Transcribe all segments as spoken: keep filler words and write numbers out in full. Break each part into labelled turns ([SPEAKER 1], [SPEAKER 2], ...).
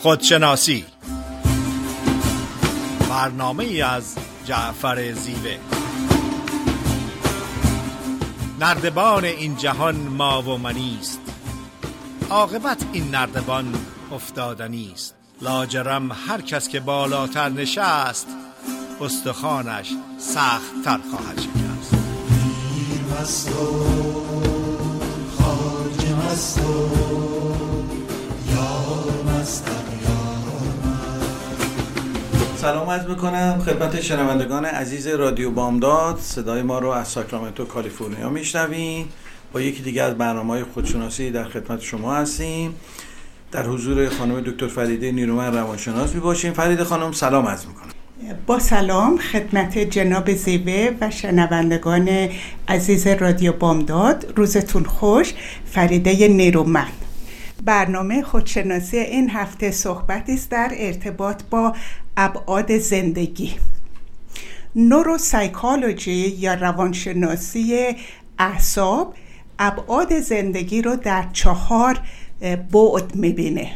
[SPEAKER 1] خودشناسی، برنامه ای از جعفر زیوه. نردبان این جهان ما و منیست، عاقبت این نردبان افتادنی است. لاجرم هر کس که بالاتر نشست، استخوانش سخت تر خواهد شکست.
[SPEAKER 2] پیر مست و خواجه مست و یار مستم یار مست.
[SPEAKER 3] سلام عرض میکنم خدمت شنوندگان عزیز رادیو بامداد. صدای ما رو از ساکرامنتو کالیفرنیا میشنوین. با یکی دیگه از برنامه‌های خودشناسی در خدمت شما هستیم. در حضور خانم دکتر فریده نیرومند روانشناس میباشیم. فریده خانم سلام عرض میکنم.
[SPEAKER 4] با سلام خدمت جناب زیوه و شنوندگان عزیز رادیو بامداد. روزتون خوش. فریده نیرومند. برنامه خودشناسی این هفته صحبتی است در ارتباط با ابعاد زندگی. نوروسایکولوژی یا روانشناسی اعصاب ابعاد زندگی رو در چهار بعد میبینه.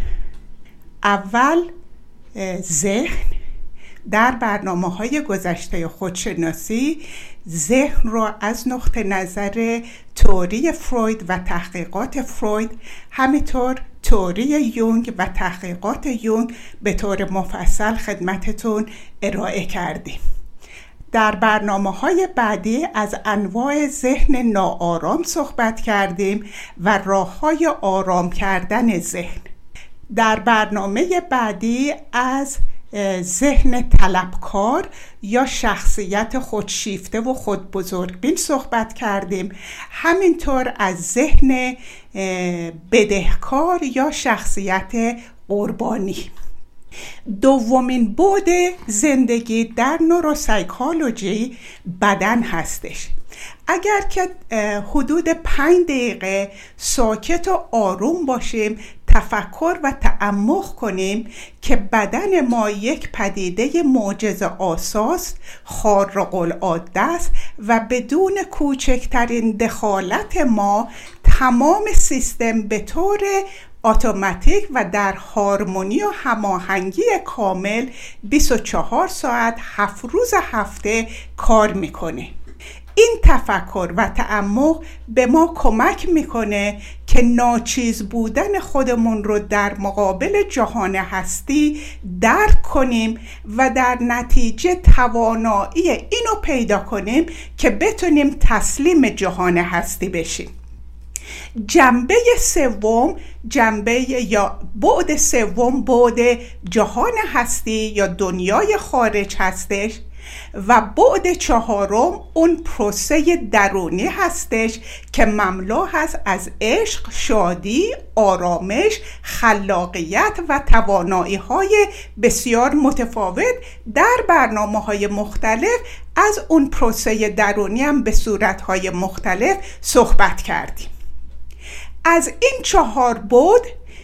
[SPEAKER 4] اول ذهن. در برنامه‌های گذشته خودشناسی ذهن رو از نقطه نظر تئوری فروید و تحقیقات فروید، همینطور تئوری یونگ و تحقیقات یونگ به طور مفصل خدمتتون ارائه کردیم. در برنامه‌های بعدی از انواع ذهن ناآرام صحبت کردیم و راه‌های آرام کردن ذهن. در برنامه بعدی از ذهن طلبکار یا شخصیت خودشیفته و خودبزرگبین صحبت کردیم. همینطور از ذهن بدهکار یا شخصیت قربانی. دومین بعد زندگی در نوروسایکولوژی بدن هستش. اگر که حدود پنج دقیقه ساکت و آروم باشیم، تفکر و تعمق کنیم که بدن ما یک پدیده معجزه آساست، خارق العاده است و بدون کوچکترین دخالت ما تمام سیستم به طور اتوماتیک و در هارمونی و هماهنگی کامل بیست و چهار ساعت هفت روز هفته کار میکنه. این تفکر و تعمق به ما کمک میکنه که ناچیز بودن خودمون رو در مقابل جهان هستی درک کنیم و در نتیجه توانایی اینو پیدا کنیم که بتونیم تسلیم جهان هستی بشیم. جنبه سوم، جنبه یا بعد سوم بعد جهان هستی یا دنیای خارج هستش و بعد چهارم اون پروسه درونی هستش که مملو هست از عشق، شادی، آرامش، خلاقیت و توانایی‌های بسیار متفاوت. در برنامه‌های مختلف از اون پروسه درونی هم به صورت‌های مختلف صحبت کردیم. از این چهار بعد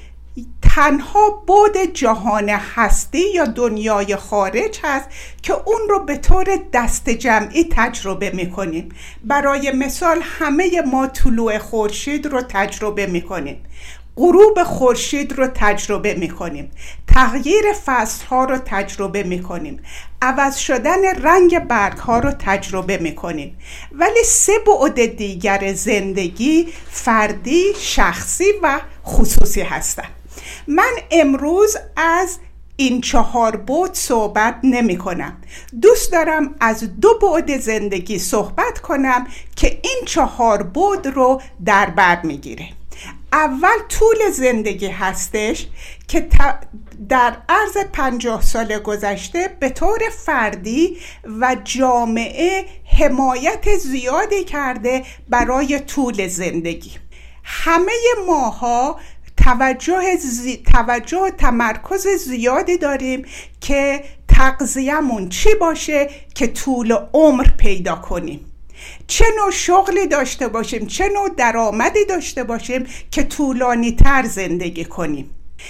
[SPEAKER 4] تنها بعد جهان هستی یا دنیای خارج هست که اون رو به طور دست جمعی تجربه میکنیم. برای مثال همه ما طلوع خورشید رو تجربه میکنیم، غروب خورشید رو تجربه میکنیم، تغییر فصلها رو تجربه میکنیم، عوض شدن رنگ برگها رو تجربه میکنیم. ولی سه بعد دیگر زندگی فردی، شخصی و خصوصی هستند. من امروز از این چهار بعد صحبت نمی کنم. دوست دارم از دو بعد زندگی صحبت کنم که این چهار بعد رو در بر میگیره. اول طول زندگی هستش که در عرض پنجاه سال گذشته به طور فردی و جامعه حمایت زیادی کرده برای طول زندگی. همه ماها توجه زی... توجه و تمرکز زیادی داریم که تغذیه‌مون چی باشه که طول عمر پیدا کنیم، چه نوع شغلی داشته باشیم، چه نوع درآمدی داشته باشیم که طولانی تر زندگی کنیم.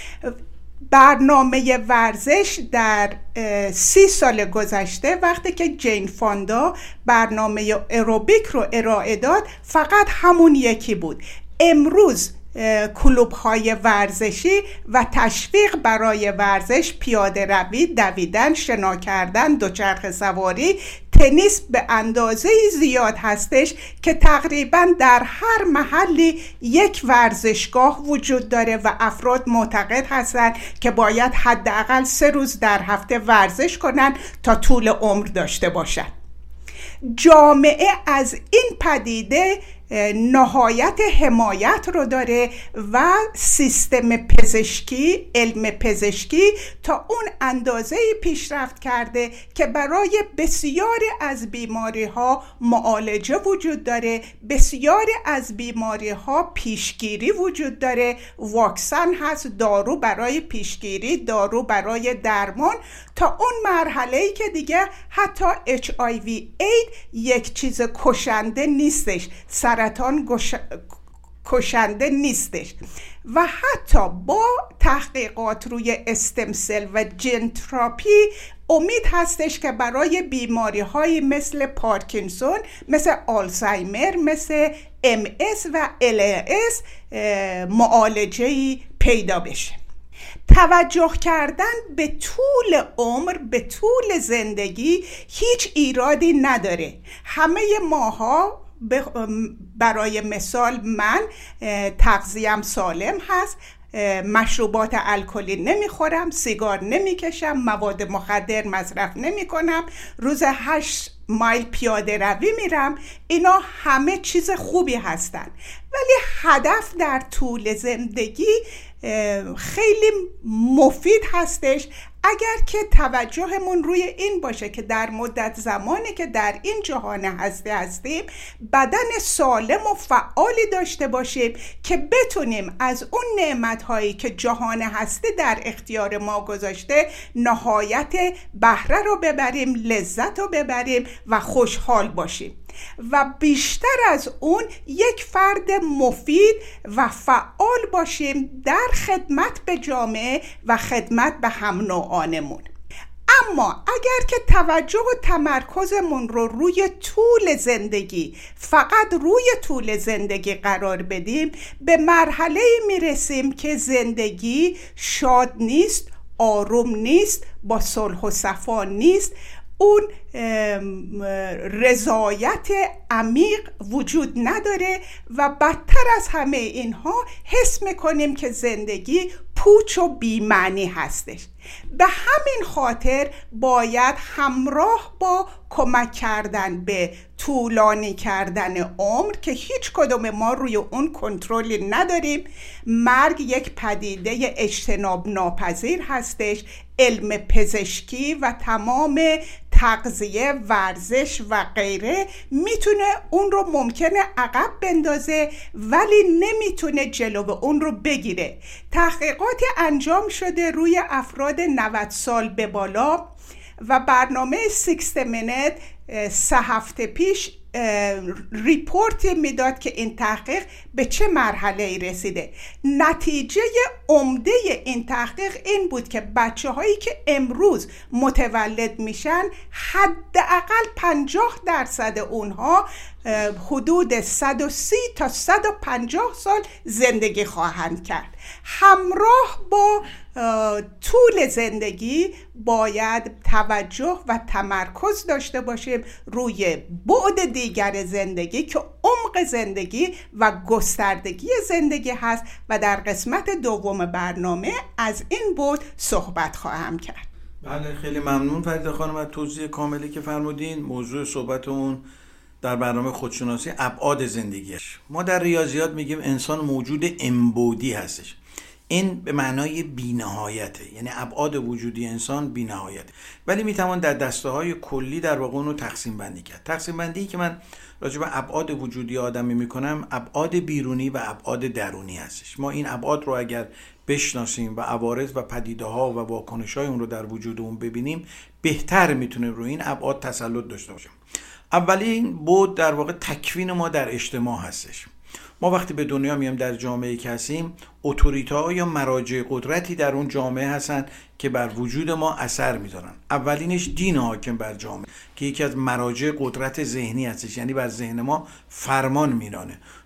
[SPEAKER 4] برنامه ورزش در سی سال گذشته وقتی که جین فاندا برنامه ایروبیک رو ارائه داد فقط همون یکی بود. امروز کلوب های ورزشی و تشویق برای ورزش، پیاده روی، دویدن، شنا کردن، دوچرخه سواری، تنیس به اندازه زیاد هستش که تقریبا در هر محلی یک ورزشگاه وجود داره و افراد معتقد هستند که باید حداقل سه روز در هفته ورزش کنن تا طول عمر داشته باشن. جامعه از این پدیده نهایت حمایت رو داره و سیستم پزشکی، علم پزشکی تا اون اندازه پیشرفت کرده که برای بسیاری از بیماری ها معالجه وجود داره، بسیاری از بیماری ها پیشگیری وجود داره، واکسن هست، دارو برای پیشگیری، دارو برای درمان، تا اون مرحله‌ای که دیگه حتی اچ آی وی اید یک چیز کشنده نیستش، سرطان گش... کشنده نیستش. و حتی با تحقیقات روی استمسل و جن تراپی امید هستش که برای بیماری های مثل پارکینسون، مثل آلزایمر، مثل ام اس و ال اس معالجه‌ای پیدا بشه. توجه کردن به طول عمر، به طول زندگی هیچ ایرادی نداره. همه ماها برای مثال من تغذیه‌ام سالم هست، مشروبات الکلی نمیخورم، سیگار نمیکشم، مواد مخدر مصرف نمیکنم، روز هشت مایل پیاده روی میرم. اینا همه چیز خوبی هستن، ولی هدف در طول زندگی خیلی مفید هستش اگر که توجهمون روی این باشه که در مدت زمانی که در این جهان هستی هستیم بدن سالم و فعالی داشته باشیم که بتونیم از اون نعمت‌هایی که جهان هستی در اختیار ما گذاشته نهایت بهره رو ببریم، لذت رو ببریم و خوشحال باشیم و بیشتر از اون یک فرد مفید و فعال باشیم در خدمت به جامعه و خدمت به هم نوعانمون. اما اگر که توجه و تمرکزمون رو روی طول زندگی، فقط روی طول زندگی قرار بدیم، به مرحله میرسیم که زندگی شاد نیست، آروم نیست، با صلح و صفا نیست، اون رضایت عمیق وجود نداره و بدتر از همه اینها حس میکنیم که زندگی پوچ و بی‌معنی هستش. به همین خاطر باید همراه با کمک کردن به طولانی کردن عمر که هیچ کدوم ما روی اون کنترلی نداریم، مرگ یک پدیده اجتناب ناپذیر هستش. علم پزشکی و تمام تغذیه، ورزش و غیره میتونه اون رو ممکنه عقب بندازه ولی نمیتونه جلو اون رو بگیره. تحقیقاتی انجام شده روی افراد نود سال به بالا و برنامه شصت مینت سه هفته پیش ریپورت میداد که این تحقیق به چه مرحله‌ای رسیده. نتیجه عمده این تحقیق این بود که بچه هایی که امروز متولد میشن حداقل پنجاه درصد اونها حدود صد و سی تا صد و پنجاه سال زندگی خواهند کرد. همراه با طول زندگی باید توجه و تمرکز داشته باشیم روی بعد دیگر زندگی که عمق زندگی و گستردگی زندگی هست و در قسمت دوم برنامه از این بعد صحبت خواهم کرد.
[SPEAKER 3] بله، خیلی ممنون فریده خانم از توضیح کاملی که فرمودین. موضوع صحبتمون در برنامه خودشناسی ابعاد زندگیش. ما در ریاضیات میگیم انسان موجود امبودی هستش. این به معنای بی‌نهایته، یعنی ابعاد وجودی انسان بی‌نهایته، ولی میتوان در دسته‌های کلی در واقع اون رو تقسیم بندی کرد. تقسیم بندی که من راجع به ابعاد وجودی آدمی میکنم ابعاد بیرونی و ابعاد درونی هستش. ما این ابعاد رو اگر بشناسیم و عوارض و پدیده‌ها و واکنش‌های اون رو در وجود اون ببینیم بهتر میتونیم روی این ابعاد تسلط داشته باشیم. اولین بود در واقع تکوین ما در اجتماع هستش. ما وقتی به دنیا میام در جامعه که هستیم، اتوریته‌ها یا مراجع قدرتی در اون جامعه هستن که بر وجود ما اثر میذارن. اولینش دین حاکم بر جامعه که یکی از مراجع قدرت ذهنی هستش، یعنی بر ذهن ما فرمان میرانه.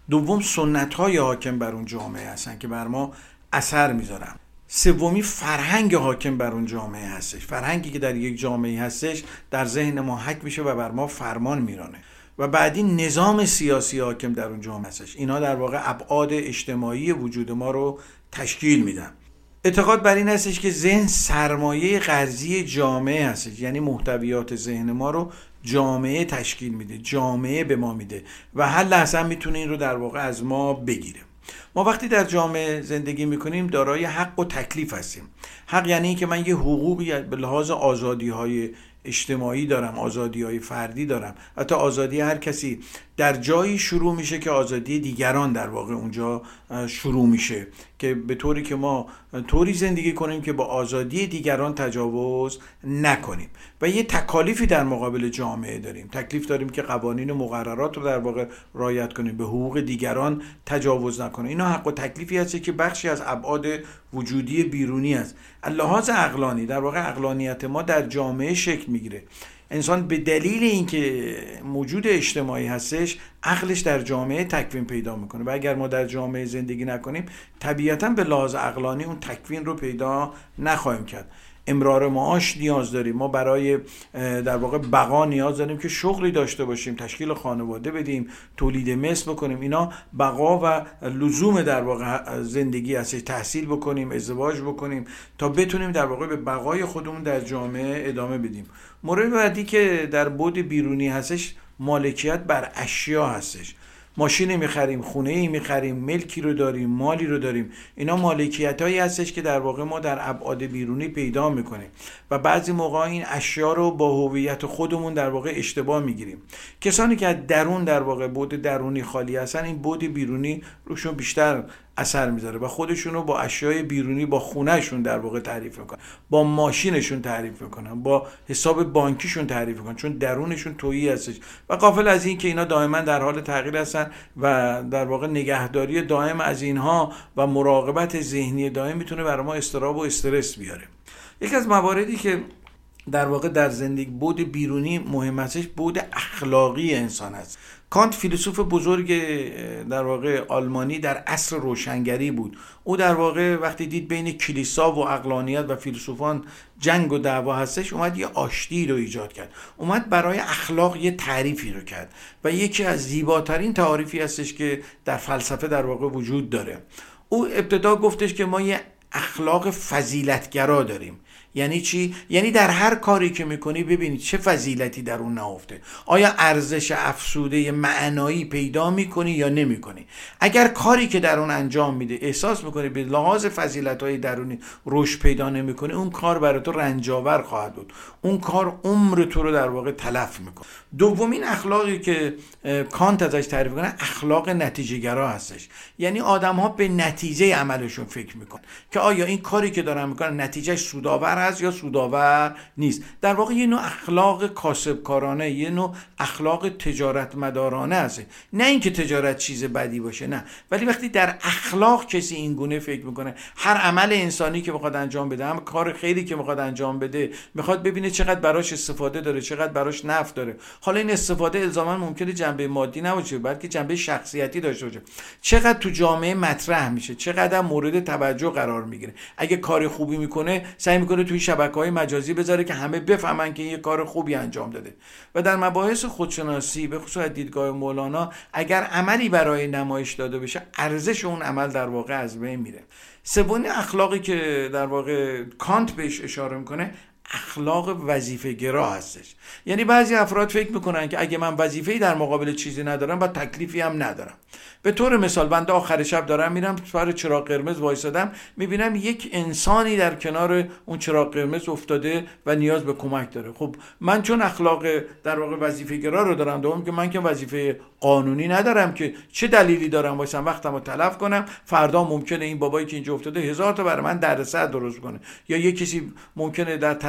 [SPEAKER 3] دوم سنت‌های حاکم بر اون جامعه هستن که بر ما اثر میذارن. سومی فرهنگ حاکم بر اون جامعه هستش. فرهنگی که در یک جامعه هستش در ذهن ما حک میشه و بر ما فرمان میرانه. و بعدی نظام سیاسی حاکم در اون جامعه هستش. اینا در واقع ابعاد اجتماعی وجود ما رو تشکیل میدن. اعتقاد بر این هستش که ذهن سرمایه قرضی جامعه هستش، یعنی محتویات ذهن ما رو جامعه تشکیل میده، جامعه به ما میده و هر لحظه هم میتونه این رو در واقع از ما بگیره. ما وقتی در جامعه زندگی میکنیم دارای حق و تکلیف هستیم. حق یعنی این که من یه حقوقی به لحاظ آزادی‌های اجتماعی دارم، آزادی‌های فردی دارم. حتی آزادی هر کسی در جایی شروع میشه که آزادی دیگران در واقع اونجا شروع میشه، که به طوری که ما طوری زندگی کنیم که با آزادی دیگران تجاوز نکنیم. و یه تکالیفی در مقابل جامعه داریم. تکلیف داریم که قوانین و مقررات رو در واقع رعایت کنیم، به حقوق دیگران تجاوز نکنیم. اینا حق و تکلیفی هست که بخشی از ابعاد وجودی بیرونی است. لحاظ عقلانی در واقع عقلانیت ما در جامعه شکل میگیره. انسان به دلیل اینکه موجود اجتماعی هستش عقلش در جامعه تکوین پیدا میکنه و اگر ما در جامعه زندگی نکنیم طبیعتاً به لحاظ عقلانی اون تکوین رو پیدا نخواهیم کرد. امرار معاش نیاز داریم، ما برای در واقع بقا نیاز داریم که شغلی داشته باشیم، تشکیل خانواده بدیم، تولید مثل بکنیم. اینا بقا و لزوم در واقع زندگی هست. تحصیل بکنیم، ازدواج بکنیم تا بتونیم در واقع به بقای خودمون در جامعه ادامه بدیم. مورد بعدی که در بعد بیرونی هستش مالکیت بر اشیا هستش. ماشینی میخریم، خونه‌ای میخریم، ملکی رو داریم، مالی رو داریم. اینا مالکیتایی هستش که در واقع ما در ابعاد بیرونی پیدا میکنیم و بعضی موقع این اشیا رو با هویت خودمون در واقع اشتباه میگیریم. کسانی که از درون در واقع بعد درونی خالی هستن این بعد بیرونی روشون بیشتر اثر میذاره و خودشون رو با اشیای بیرونی، با خونهشون در واقع تعریف میکنن، با ماشینشون تعریف میکنن، با حساب بانکیشون تعریف میکنن، چون درونشون تویی هستش و غافل از این که اینا دائما در حال تغییر هستن و در واقع نگهداری دائم از اینها و مراقبت ذهنی دائم میتونه برای ما اضطراب و استرس بیاره. یکی از مواردی که در واقع در زندگی بود بیرونی مهم هستش بود اخلاقی انسان است. کانت فیلسوف بزرگ در واقع آلمانی در عصر روشنگری بود. او در واقع وقتی دید بین کلیسا و عقلانیت و فیلسوفان جنگ و دعوا هستش اومد یه آشتی رو ایجاد کرد. اومد برای اخلاق یه تعریفی رو کرد و یکی از زیباترین تعاریفی هستش که در فلسفه در واقع وجود داره. او ابتدا گفتش که ما یه اخلاق فضیلتگرا داریم. یعنی چی؟ یعنی در هر کاری که میکنی ببینید چه فضیلتی در اون نهفته. آیا ارزش افزوده معنایی پیدا میکنی یا نمیکنی؟ اگر کاری که در اون انجام میده احساس میکنی به لحاظ فضیلت‌های درونی رشد پیدا نمیکنه، اون کار برای تو رنجاور خواهد بود. اون کار عمر تو رو در واقع تلف میکنه. دومین اخلاقی که کانت ازش تعریف کنه اخلاق نتیجه گرا هستش. یعنی آدم‌ها به نتیجه عملشون فکر میکنن که آیا این کاری که دارن میکنن نتیجهش سودآور هست یا سودآور نیست. در واقع یه نوع اخلاق کاسبکارانه، یه نوع اخلاق تجارت مدارانه هست. نه اینکه تجارت چیز بدی باشه، نه، ولی وقتی در اخلاق کسی این گونه فکر میکنه، هر عمل انسانی که بخواد انجام بده، هم کار خیری که بخواد انجام بده، میخواد ببینه چقدر براش استفاده داره، چقدر براش نفع داره. حالا این استفاده الزاما ممکنه جنبه مادی نباشه، بلکه جنبه شخصیتی داشته باشه. چقدر تو جامعه مطرح میشه، چقدر مورد توجه قرار میگیره. اگه کار خوبی میکنه سعی میکنه توی شبکه‌های مجازی بذاره که همه بفهمن که یه کار خوبی انجام داده. و در مباحث خودشناسی به خصوص دیدگاه مولانا اگر عملی برای نمایش داده بشه ارزش اون عمل در واقع از بین میره. سومین اخلاقی که در واقع کانت بهش اشاره میکنه اخلاق وظیفه گرا هستش. یعنی بعضی افراد فکر میکنن که اگه من وظیفه‌ای در مقابل چیزی ندارم و تکلیفی هم ندارم. به طور مثال بنده آخر شب دارم میرم سر چراغ قرمز وایسادم، میبینم یک انسانی در کنار اون چراغ قرمز افتاده و نیاز به کمک داره. خب من چون اخلاق در واقع وظیفه گرا رو دارم، دوم که من که وظیفه قانونی ندارم که چه دلیلی دارم وایسم وقتمو تلف کنم، فردا ممکنه این بابایی که اینجا افتاده هزار تا برای من دردسر درست کنه، یا یک کسی ممکنه در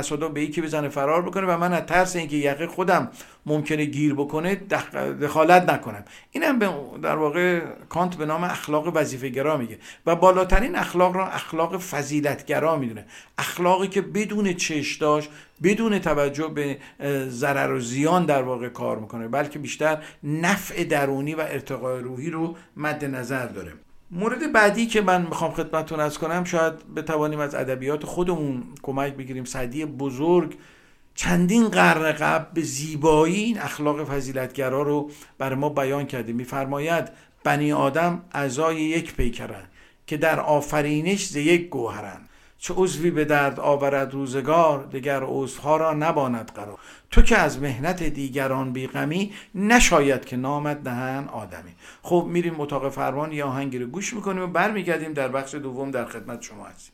[SPEAKER 3] تصادف به یکی بزنه فرار بکنه و من از ترس اینکه یقه خودم ممکنه گیر بکنه دخالت نکنم. اینم در واقع کانت به نام اخلاق وظیفه‌گرا میگه و بالاترین اخلاق را اخلاق فضیلت‌گرا میدونه، اخلاقی که بدون چشم‌داشت، بدون توجه به ضرر و زیان در واقع کار میکنه، بلکه بیشتر نفع درونی و ارتقای روحی رو مد نظر داره. مورد بعدی که من میخوام خدمتتون عرض کنم، شاید بتوانیم از ادبیات خودمون کمک بگیریم. سعدی بزرگ چندین قرن قبل به زیبایی این اخلاق فضیلتگرا رو برای ما بیان کرده. میفرماید بنی آدم اعضای یک پیکرند که در آفرینش ز یک گوهرند. چه عضوی به درد آورد روزگار، دگر عضوها را نباند قرار. تو که از مهنت دیگران بی غمی، نشاید که نامت دهن آدمی. خب میریم اتاق فرمان، یه آهنگی رو گوش میکنیم و برمیگردیم در بخش دوم در خدمت شما هستیم.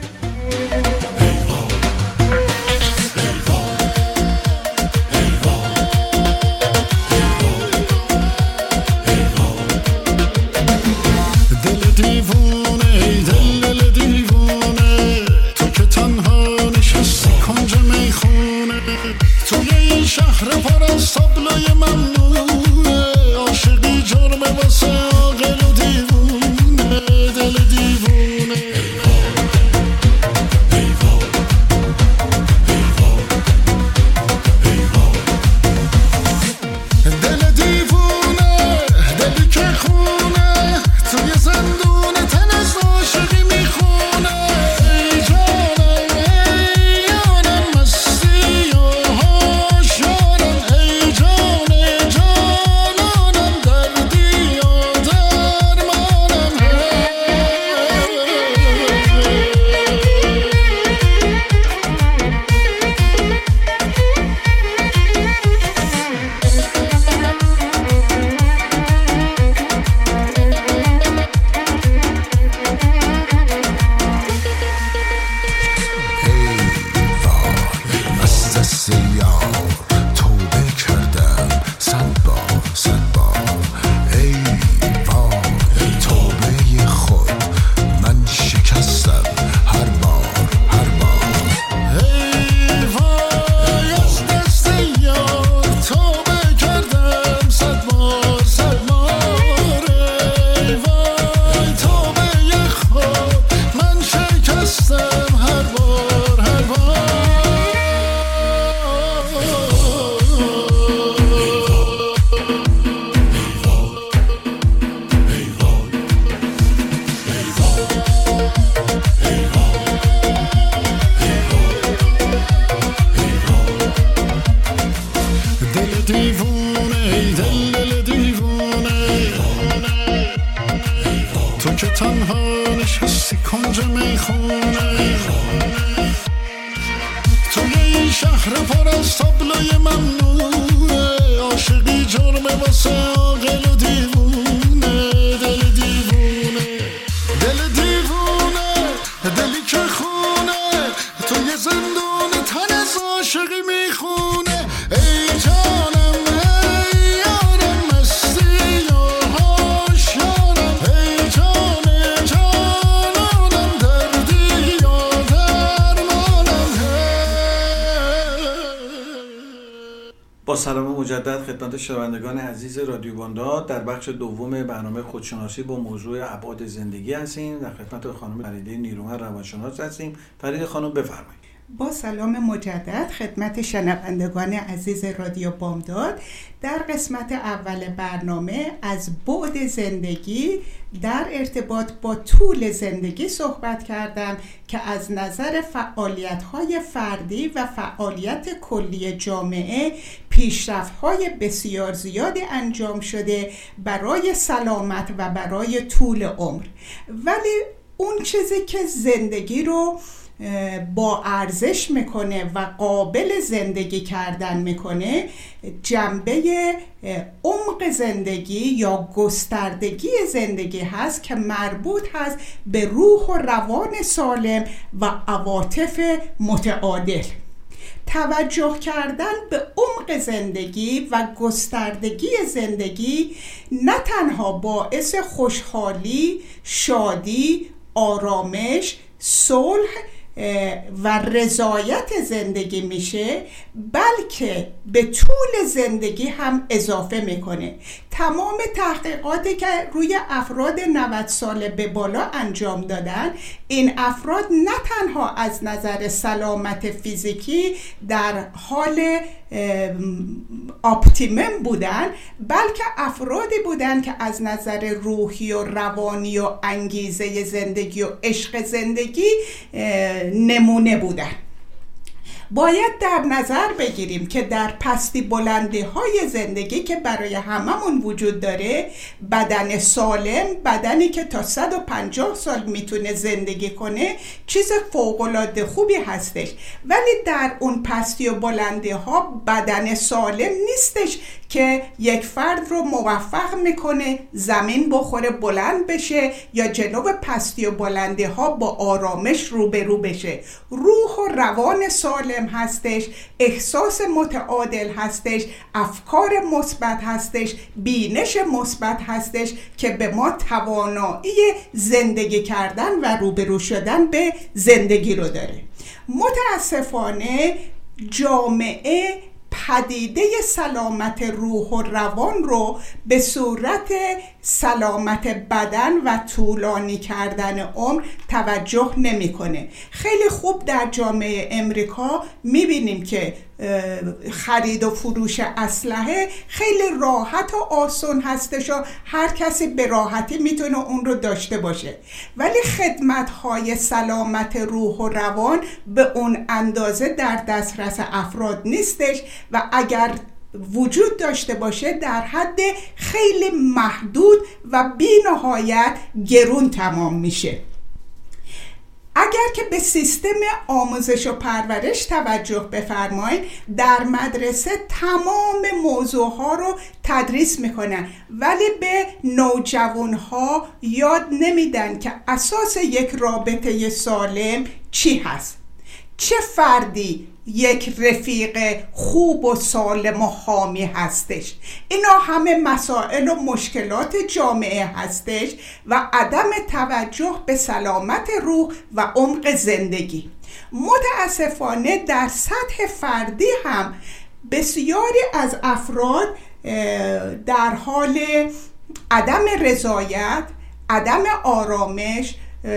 [SPEAKER 5] شهر پر از تابلوی ممنوعه، عاشقی جرم واسه عاقل و دیوونه، دل دیوونه. دل دیوونه، دلی که خونه توی زندون تن از عاشقی میخونه. ای جانم ای یارم مستی و
[SPEAKER 3] با سلام مجدد خدمت شنوندگان عزیز رادیو بامداد، در بخش دوم برنامه خودشناسی با موضوع ابعاد زندگی هستیم. در خدمت خانم فریده نیرومند روانشناس هستیم. فریده خانم بفرمایید.
[SPEAKER 4] با سلام مجدد خدمت شنوندگان عزیز رادیو بامداد، در قسمت اول برنامه از بعد زندگی در ارتباط با طول زندگی صحبت کردم که از نظر فعالیت‌های فردی و فعالیت کلی جامعه پیشرفت‌های بسیار زیادی انجام شده برای سلامت و برای طول عمر، ولی اون چیزی که زندگی رو با ارزش میکنه و قابل زندگی کردن میکنه جنبه عمق زندگی یا گستردگی زندگی هست که مربوط هست به روح و روان سالم و عواطف متعادل. توجه کردن به عمق زندگی و گستردگی زندگی نه تنها باعث خوشحالی، شادی، آرامش، صلح و رضایت زندگی میشه، بلکه به طول زندگی هم اضافه میکنه. تمام تحقیقاتی که روی افراد نود ساله به بالا انجام دادن، این افراد نه تنها از نظر سلامت فیزیکی در حال اپتیمم بودن، بلکه افرادی بودن که از نظر روحی و روانی و انگیزه زندگی و عشق زندگی نمونه بودن. باید در نظر بگیریم که در پستی بلندی های زندگی که برای هممون وجود داره، بدن سالم، بدنی که تا صد و پنجاه سال میتونه زندگی کنه، چیز فوق‌العاده خوبی هستش. ولی در اون پستی و بلندی ها بدن سالم نیستش که یک فرد رو موفق میکنه زمین بخوره بلند بشه یا جنوب پستی و بلندی ها با آرامش روبرو بشه. روح و روان سالم هستش، احساس متعادل هستش، افکار مثبت هستش، بینش مثبت هستش که به ما توانایی زندگی کردن و روبرو شدن به زندگی رو داره. متاسفانه جامعه پدیده سلامت روح و روان رو به صورت سلامت بدن و طولانی کردن عمر توجه نمیکنه. خیلی خوب در جامعه امریکا میبینیم که خرید و فروش اسلحه خیلی راحت و آسان هستش و هر کسی به راحتی میتونه اون رو داشته باشه، ولی خدمت‌های سلامت روح و روان به اون اندازه در دسترس افراد نیستش و اگر وجود داشته باشه در حد خیلی محدود و بی نهایت گرون تمام میشه. اگر که به سیستم آموزش و پرورش توجه بفرمایید، در مدرسه تمام موضوعها رو تدریس میکنن، ولی به نوجوانها یاد نمیدن که اساس یک رابطه سالم چی هست. چه فردی یک رفیق خوب و سالم و حامی هستش. اینا همه مسائل و مشکلات جامعه هستش و عدم توجه به سلامت روح و عمق زندگی. متاسفانه در سطح فردی هم بسیاری از افراد در حال عدم رضایت، عدم آرامش،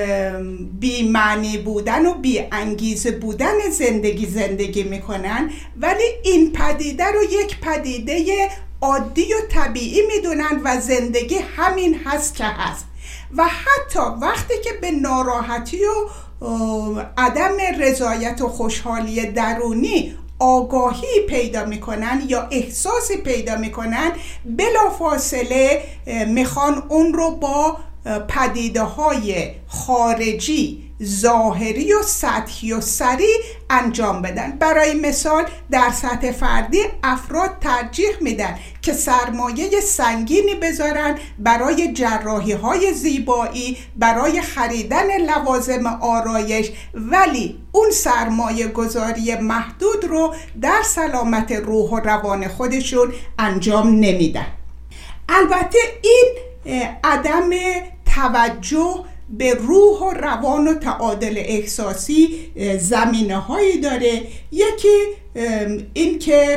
[SPEAKER 4] بی معنی بودن و بی انگیزه بودن زندگی زندگی میکنن، ولی این پدیده رو یک پدیده عادی و طبیعی میدونن و زندگی همین هست که هست. و حتی وقتی که به ناراحتی و عدم رضایت و خوشحالی درونی آگاهی پیدا میکنن یا احساسی پیدا میکنن، بلافاصله میخوان اون رو با پدیده های خارجی، ظاهری و سطحی و سریع انجام بدن. برای مثال در سطح فردی افراد ترجیح میدن که سرمایه سنگینی بذارن برای جراحی های زیبایی، برای خریدن لوازم آرایش، ولی اون سرمایه گذاری محدود رو در سلامت روح و روان خودشون انجام نمیدن. البته این عدم توجه به روح و روان و تعادل احساسی زمینه هایی داره. یکی این که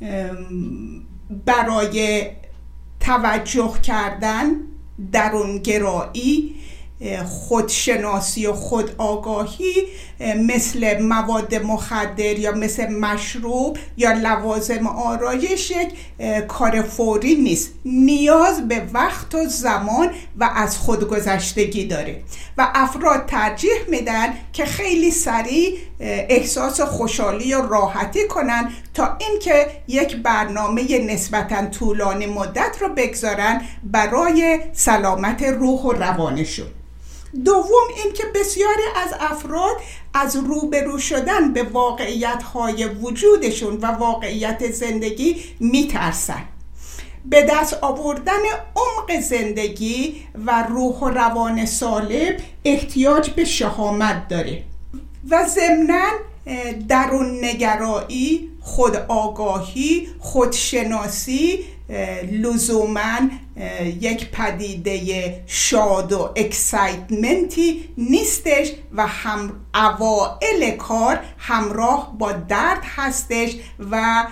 [SPEAKER 4] برای توجه کردن، درونگرایی، خودشناسی و خودآگاهی مثل مواد مخدر یا مثل مشروب یا لوازم آرایش یک کار فوری نیست، نیاز به وقت و زمان و از خودگذشتگی داره و افراد ترجیح میدن که خیلی سریع احساس خوشحالی و راحتی کنن تا اینکه یک برنامه نسبتاً طولانی مدت رو بگذارن برای سلامت روح و روانشون. دوم این که بسیاری از افراد از روبرو شدن به واقعیت‌های وجودشون و واقعیت زندگی میترسن. به دست آوردن عمق زندگی و روح و روان سالم احتیاج به شهامت داره و ضمناً درون نگرایی، خودآگاهی، خودشناسی لزوماً یک پدیده شاد و اکسایتمنتی نیستش و هم اوائل کار همراه با درد هستش و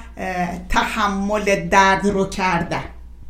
[SPEAKER 4] تحمل درد رو کردن.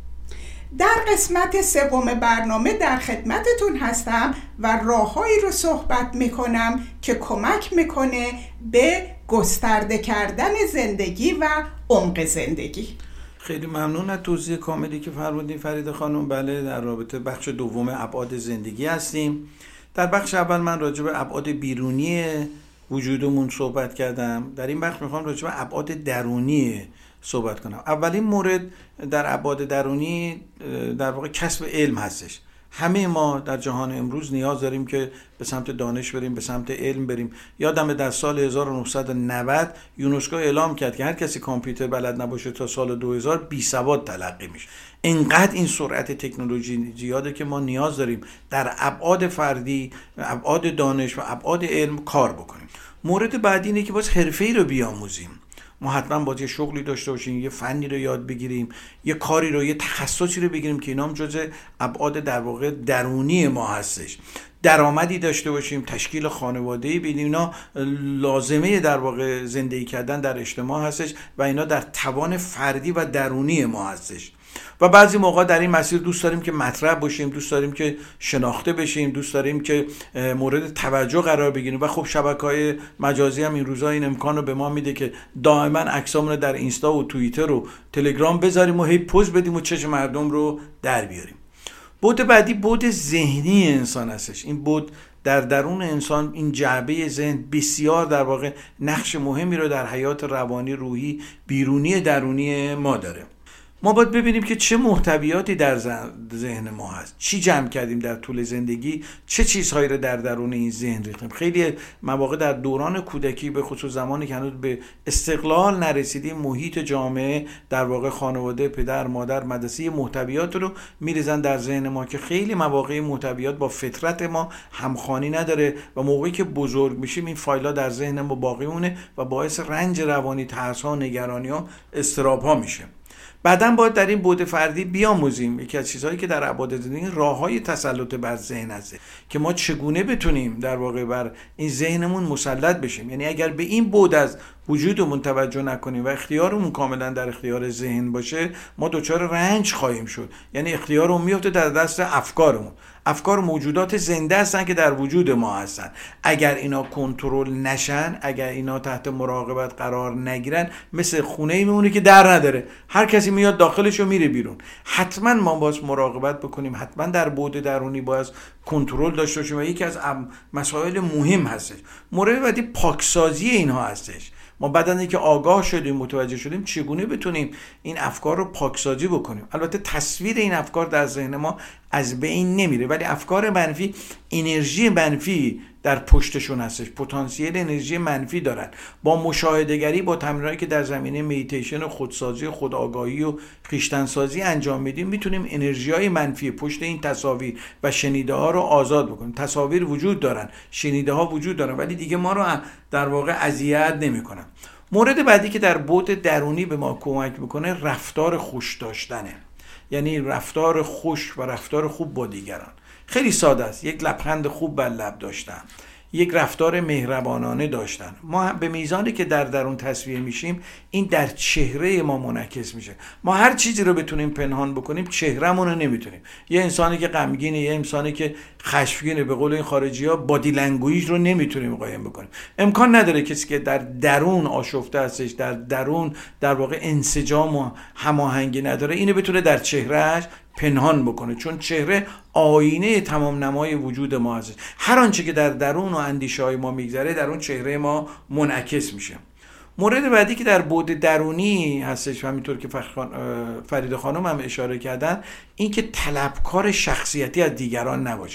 [SPEAKER 4] در قسمت سوم برنامه در خدمتتون هستم و راههایی رو صحبت میکنم که کمک میکنه به گسترده کردن زندگی و عمق زندگی.
[SPEAKER 3] خیلی ممنون از توضیح کاملی که فرمودین فرید خانم. بله، در رابطه بخش دوم ابعاد زندگی هستیم. در بخش اول من راجع به ابعاد بیرونی وجودمون صحبت کردم. در این بخش میخوام راجع به ابعاد درونی صحبت کنم. اولین مورد در ابعاد درونی در واقع کسب علم هستش. همه ما در جهان امروز نیاز داریم که به سمت دانش بریم، به سمت علم بریم. یادمه در سال هزار و نهصد و نود یونسکو اعلام کرد که هر کسی کامپیوتر بلد نباشه تا سال دو هزار بی سواد تلقی میشه. اینقدر این سرعت تکنولوژی زیاده که ما نیاز داریم در ابعاد فردی، ابعاد دانش و ابعاد علم کار بکنیم. مورد بعدی اینه که باز حرفه‌ای رو بیاموزیم. ما حتما باید یه شغلی داشته باشیم، یه فنی رو یاد بگیریم، یه کاری رو، یه تخصصی رو بگیریم که اینا هم جزء ابعاد در واقع درونی ما هستش. درآمدی داشته باشیم، تشکیل خانواده‌ای بدیم. اینا لازمه در واقع زندگی کردن در اجتماع هستش و اینا در توان فردی و درونی ما هستش. و بعضی موقع در این مسیر دوست داریم که مطرح باشیم، دوست داریم که شناخته بشیم، دوست داریم که مورد توجه قرار بگیریم و خب شبکه‌های مجازی هم این روزا این امکان رو به ما میده که دائما عکسامون رو در اینستا و توییتر و تلگرام بذاریم و هی پوز بدیم و چشم مردم رو در بیاریم. بعد بعدی بعد ذهنی انسان هستش. این بعد در درون انسان، این جعبه ذهن بسیار در واقع نقش مهمی رو در حیات روانی، روحی، بیرونی، درونی ما داره. ما باید ببینیم که چه محتویاتی در ذهن ما هست، چی جمع کردیم در طول زندگی، چه چیزهایی رو در درون این ذهن ریختیم. خیلی مواقع در دوران کودکی، به خصوص زمانی که هنوز به استقلال نرسیدیم، محیط جامعه، در واقع خانواده، پدر، مادر، مدرسه، محتویات رو میریزن در ذهن ما که خیلی مواقع محتویات با فطرت ما همخوانی نداره و موقعی که بزرگ میشیم این فایل‌ها در ذهن ما باقی مونه و باعث رنج روانی، ترس‌ها، نگرانی‌ها، اضطراب‌ها میشه. بعداً باید در این بعد فردی بیاموزیم. یکی از چیزهایی که در ابعاد زندگی راههای تسلط بر ذهن هست که ما چگونه بتونیم در واقع بر این ذهنمون مسلط بشیم. یعنی اگر به این بعد از وجودمون توجه نکنیم و اختیارمون کاملا در اختیار ذهن باشه، ما دچار رنج خواهیم شد. یعنی اختیارمون میفته در دست افکارمون. افکار موجودات زنده هستن که در وجود ما هستن. اگر اینا کنترل نشن، اگر اینا تحت مراقبت قرار نگیرن، مثل خونه‌ای میمونه که در نداره، هر کسی میاد داخلش و میره بیرون. حتما ما باید مراقبت بکنیم، حتما در بعد درونی باید کنترل داشته باشیم و یکی از مسائل مهم هستش. مورد بعدی پاکسازی اینها هستش. ما بعدن که آگاه شدیم، متوجه شدیم، چگونه بتونیم این افکار رو پاکسازی بکنیم. البته تصویر این افکار در ذهن ما از بین نمیره، ولی افکار منفی انرژی منفی در پشتشون هستش، پتانسیل انرژی منفی دارن. با مشاهده‌گری، با تمرینایی که در زمینه مدیتیشن و خودسازی و خودآگاهی و خویشتن‌سازی انجام میدیم، میتونیم انرژی‌های منفی پشت این تصاویر و شنیده‌ها رو آزاد بکنیم. تصاویر وجود دارن، شنیده‌ها وجود دارن، ولی دیگه ما رو در واقع اذیت نمی‌کنن. مورد بعدی که در بعد درونی به ما کمک میکنه رفتار خوش داشتنه. یعنی رفتار خوش و رفتار خوب با دیگران. خیلی ساده است. یک لبخند خوب بر لب داشتن، یک رفتار مهربانانه داشتن. ما به میزانی که در درون تصویر میشیم، این در چهره ما منعکس میشه. ما هر چیزی رو بتونیم پنهان بکنیم، چهرهمون رو نمیتونیم. یه انسانی که غمگینه، یه انسانی که خشمگینه، به قول این خارجی‌ها بادی لنگویج رو نمیتونیم قایم بکنیم. امکان نداره کسی که در درون آشفته هستش، در درون در واقع انسجام و هماهنگی نداره، اینو بتونه در چهرهش پنهان بکنه، چون چهره آینه تمام نمای وجود ما هست. هر آنچه که در درون و اندیشه‌های ما میگذره در اون چهره ما منعکس میشه. مورد بعدی که در بعد درونی هستش و همینطور که فرید خانم هم اشاره کردن، این که طلبکار شخصیتی از دیگران نباشیم.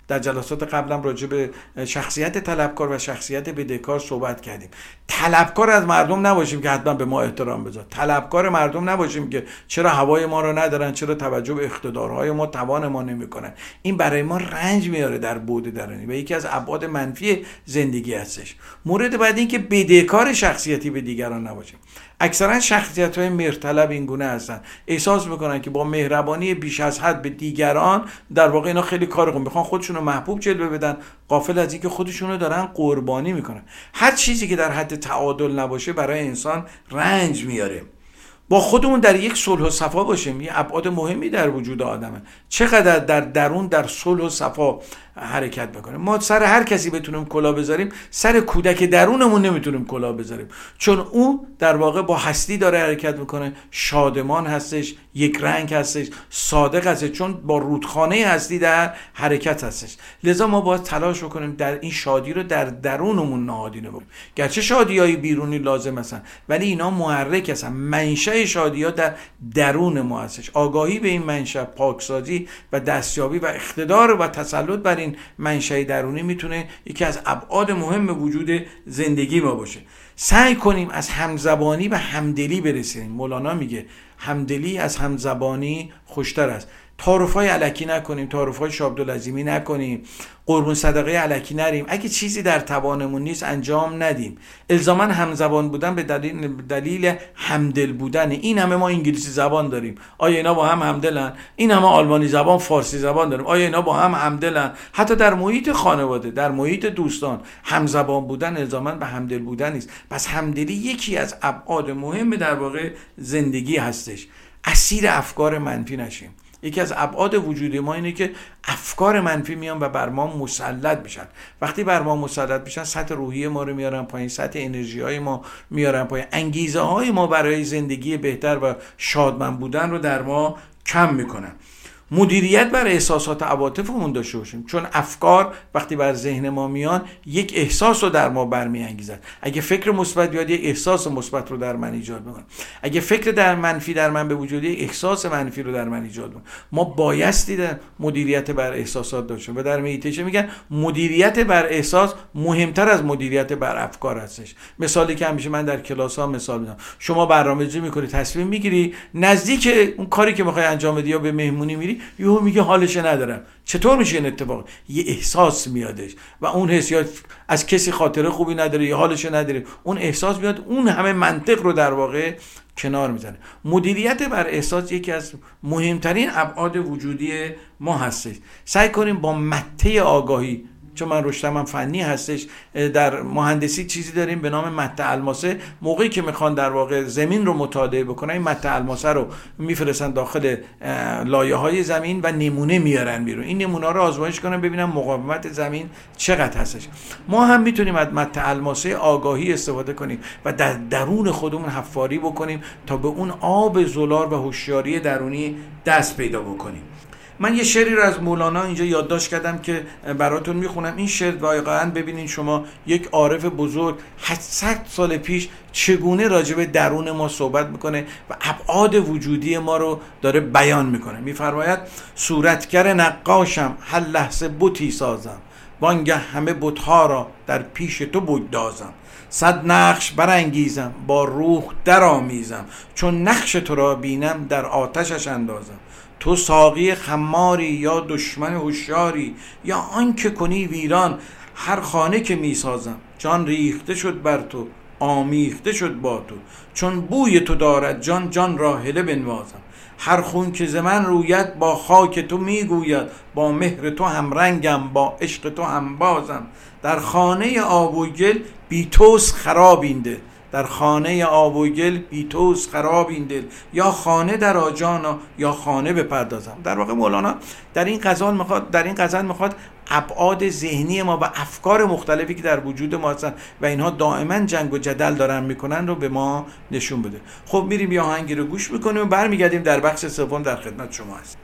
[SPEAKER 3] در جلسات قبلم راجع به شخصیت طلبکار و شخصیت بدهکار صحبت کردیم. طلبکار از مردم نباشیم که حتما به ما احترام بذار. طلبکار مردم نباشیم که چرا هوای ما رو ندارن، چرا توجه به اقتدارهای ما، توان ما نمیکنن. این برای ما رنج میاره در بعد درونی و یکی از ابعاد منفی زندگی هستش. مورد بعدی این که بدهکار شخصیتی به دیگران نباشیم. اکثرا شخصیت‌های مهرطلب این گونه هستن، احساس میکنن که با مهربانی بیش از حد به دیگران در واقع اینا خیلی کار خوب میخوان خودشونو محبوب جلوه بدن، غافل از اینکه خودشونو دارن قربانی میکنن. هر چیزی که در حد تعادل نباشه برای انسان رنج میاره. با خودمون در یک صلح و صفا باشیم. یه ابعاد مهمی در وجود آدمه. چقدر در درون در صلح و صفا حرکت میکنیم. ما سر هر کسی بتونیم کلاه بذاریم، سر کودک درونمون نمیتونیم کلاه بذاریم، چون او در واقع با هستی داره حرکت میکنه، شادمان هستش، یک رنگ هستش، صادق هستش، چون با رودخانه هستی در حرکت هستش. لذا ما باید تلاش بکنیم در این شادی رو در درونمون نهادینه بکنیم. گرچه شادیای بیرونی لازم هستن ولی اینا محرک هستن. منشأ شادی ها در درون ما هستش. آگاهی به این منشأ، پاکسازی و دستیابی و اقتدار و تسلط بر این منشأ درونی میتونه یکی از ابعاد مهم وجود زندگی ما باشه. سعی کنیم از همزبانی و همدلی برسیم. مولانا میگه همدلی از همزبانی خوشتر است. تعارف‌های الکی نکنیم، تعارف‌های شابدالعظیمی نکنیم، قربون صدقه الکی نریم. اگه چیزی در توانمون نیست انجام ندیم. الزاما همزبان بودن به دلیل دلیل همدل بودن. این همه ما انگلیسی زبان داریم، آیا اینا با هم همدلن؟ این همه آلمانی زبان، فارسی زبان داریم، آیا اینا با هم همدلن؟ حتی در محیط خانواده، در محیط دوستان همزبان بودن الزاما به همدل بودن نیست. پس همدلی یکی از ابعاد مهم در واقع زندگی هستش. اسیر افکار منفی نشیم. یکی از ابعاد وجودی ما اینه که افکار منفی میان و بر ما مسلط میشن. وقتی بر ما مسلط میشن سطح روحی ما رو میارن پایین، سطح انرژی های ما میارن پایین، انگیزه های ما برای زندگی بهتر و شادمند بودن رو در ما کم میکنن. مدیریت بر احساسات و عواطفمون داشته باشیم، چون افکار وقتی بر ذهن ما میان یک احساس رو در ما برمیانگیزن. اگه فکر مثبت بیاد یک احساس مثبت رو در من ایجاد میکنه، اگه فکر در منفی در من به وجود یک احساس منفی رو در من ایجاد میکنه. ما بایستی در مدیریت بر احساسات داشتیم و در مدیتیشن میگن مدیریت بر احساس مهمتر از مدیریت بر افکار هستش. مثالی که همیشه من در کلاس ها مثال میزنم، شما برنامه‌ریزی میکنی، تصمیم میگیری نزدیک اون کاری که میخوای انجام بدی یا به مهمونی میری، یهو میگه حالش ندارم. چطور میشه این اتفاق؟ یه احساس میادش و اون حس یا از کسی خاطره خوبی نداره یا حالش نداره، اون احساس میاد، اون همه منطق رو در واقع کنار میزنه. مدیریت بر احساس یکی از مهمترین ابعاد وجودی ما هستش. سعی کنیم با مته آگاهی، چون من رشتم فنی هستش، در مهندسی چیزی داریم به نام مته الماسه. موقعی که میخوان در واقع زمین رو مطالعه بکنن، این مته الماسه رو میفرستن داخل لایه های زمین و نمونه میارن بیرون. این نمونه رو آزمایش کنن ببینن مقاومت زمین چقدر هستش. ما هم میتونیم از مته الماسه آگاهی استفاده کنیم و در درون خودمون حفاری بکنیم تا به اون آب زلال و هوشیاری درونی دست پیدا بکنیم. من یه شعری رو از مولانا اینجا یادداشت کردم که براتون میخونم. این شعر واقعا ببینین شما یک عارف بزرگ هشتصد سال پیش چگونه راجع به درون ما صحبت میکنه و ابعاد وجودی ما رو داره بیان میکنه. میفرماید صورتگر نقاشم هر لحظه بتی سازم، وانگه همه بتها را در پیش تو بگدازم. صد نقش برانگیزم با روح در آمیزم، چون نقش تو را بینم در آتشش اندازم. تو ساقی خماری یا دشمن هوشیاری، یا آن که کنی ویران هر خانه که می سازم. جان ریخته شد بر تو آمیخته شد با تو، چون بوی تو دارد جان جان را هله بنوازم. هر خون که ز من روید با خاک تو میگوید، با مهر تو هم رنگم با عشق تو هم بازم. در خانه آب و گل بی توس خراب این دل، در خانه آب و گل بی توس خراب این دل. یا خانه در آجانا یا خانه بپردازم. در واقع مولانا در این غزل میخواد در این غزل میخواد ابعاد ذهنی ما و افکار مختلفی که در وجود ما هستن و اینها دائما جنگ و جدل دارن میکنن رو به ما نشون بده. خب میریم یه آهنگی رو گوش میکنیم و برمیگردیم در بخش سوم در خدمت شما هست.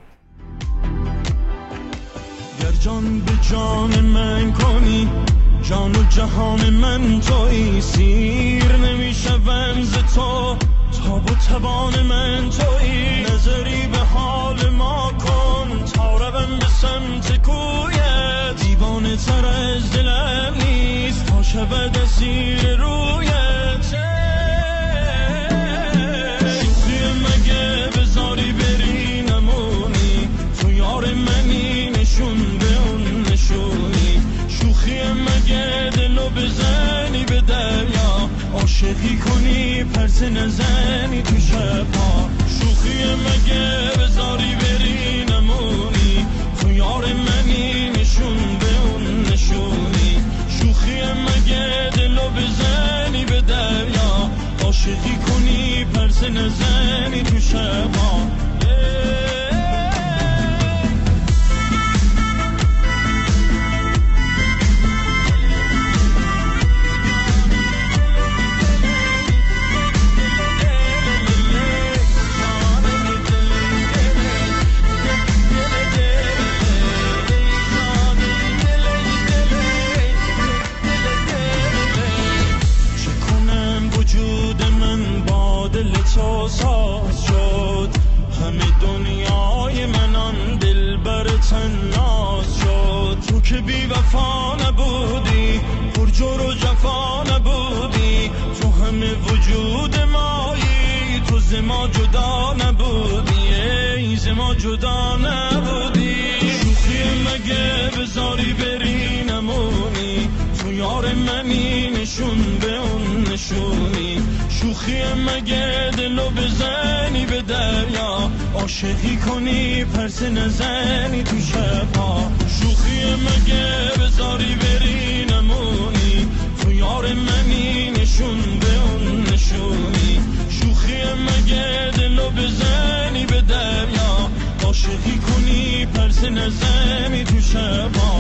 [SPEAKER 6] گر جان به جان من کنی، جان و جهان من تویی، سیر نمیشوم ز تو، تاب و توان من تویی. نظری به حال ما کن تا روم به سمت کویت، تر از دلم نیست تا شود اسیر رویت. شوخی مگه بذاری بری نمونی، تو یار منی نشون به اون نشونی. شوخی مگه دلو بزنی به دریا، عاشقی کنی پرس نزنی تو شبها. شوخی مگه بذاری بری نمونی، تو یار منی نشون به اون نشونی. شوخی مگه دلو بزنی به دریا، عاشقی کنی پرس نزنی تو شبها. تو ساز شد همه دنیای من، آن دل بر تناز شد. تو که بی وفا نبودی، پر جور و جفا نبودی، تو همه وجود مایی، تو ز ما جدا نبودی، ای ز ما جدا نبودی. شوخی مگه بذاری بری نمونی، تو یار منی نشون به اون نشونی. شوخی مگه دلو بزنی به دریا، عاشقی کنی پرس نزنی تو شبها. شوخی مگه بذاری بری نمونی، تو یار منی نشون به اون نشونی. شوخی مگه دلو بزنی به دریا، عاشقی کنی پرس نزنی تو شبها.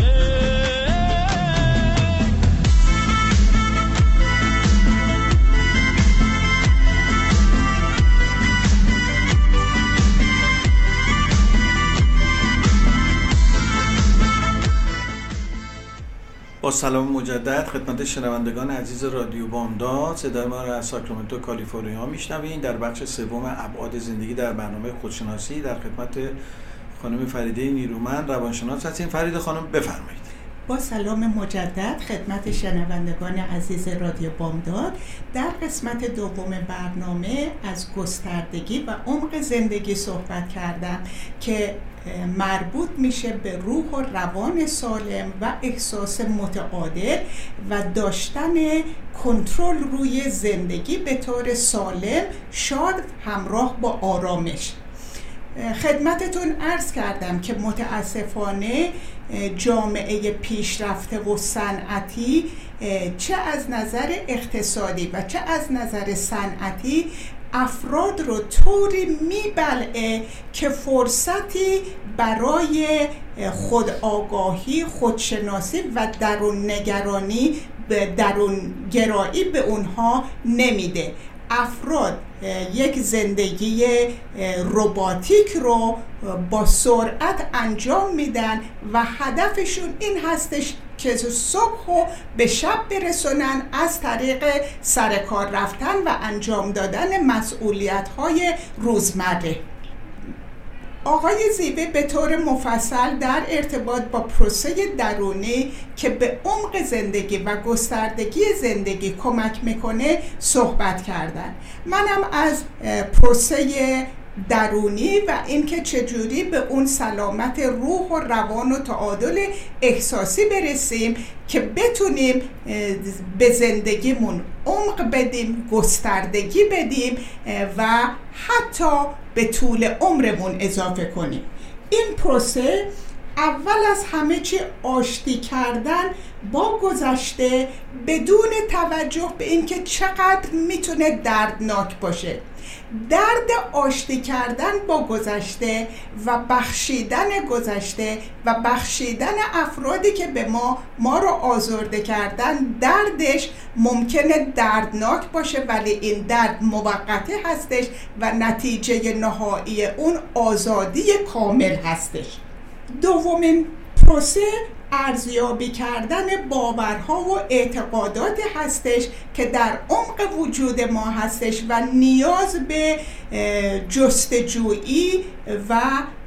[SPEAKER 3] با سلام مجدد خدمت شنوندگان عزیز رادیو بامداد، صدای ما را از ساکرامنتو کالیفرنیا میشنوین. در بخش سوم ابعاد زندگی در برنامه خودشناسی در خدمت خانم فریده نیرومند روانشناس هستیم. فریده خانم بفرمایید.
[SPEAKER 4] با سلام مجدد خدمت شنوندگان عزیز رادیو بامداد، در قسمت دوم برنامه از گستردگی و عمق زندگی صحبت کردم که مربوط میشه به روح و روان سالم و احساس متعادل و داشتن کنترل روی زندگی به طور سالم، شاد، همراه با آرامش. خدمتتون عرض کردم که متاسفانه جامعه پیشرفته و صنعتی چه از نظر اقتصادی و چه از نظر صنعتی افراد رو طوری میبلعه که فرصتی برای خودآگاهی، خودشناسی و درون نگرانی، درون گرایی به اونها نمیده. افراد یک زندگی رباتیک رو با سرعت انجام میدن و هدفشون این هستش که صبح رو به شب برسونن از طریق سرکار رفتن و انجام دادن مسئولیت‌های روزمره. آقای زیوه به طور مفصل در ارتباط با پروسه درونی که به عمق زندگی و گستردگی زندگی کمک میکنه صحبت کردن. منم از پروسه درونی و اینکه چجوری به اون سلامت روح و روان و تعادل احساسی برسیم که بتونیم به زندگیمون عمق بدیم، گستردگی بدیم و حتی به طول عمرمون اضافه کنیم. این پروسه اول از همه چی آشتی کردن با گذشته بدون توجه به اینکه چقدر میتونه دردناک باشه. درد آشتی کردن با گذشته و بخشیدن گذشته و بخشیدن افرادی که به ما ما رو آزرده کردن، دردش ممکنه دردناک باشه ولی این درد موقتی هستش و نتیجه نهایی اون آزادی کامل هستش. دومین پروسه ارزیابی کردن باورها و اعتقادات هستش که در عمق وجود ما هستش و نیاز به جستجویی و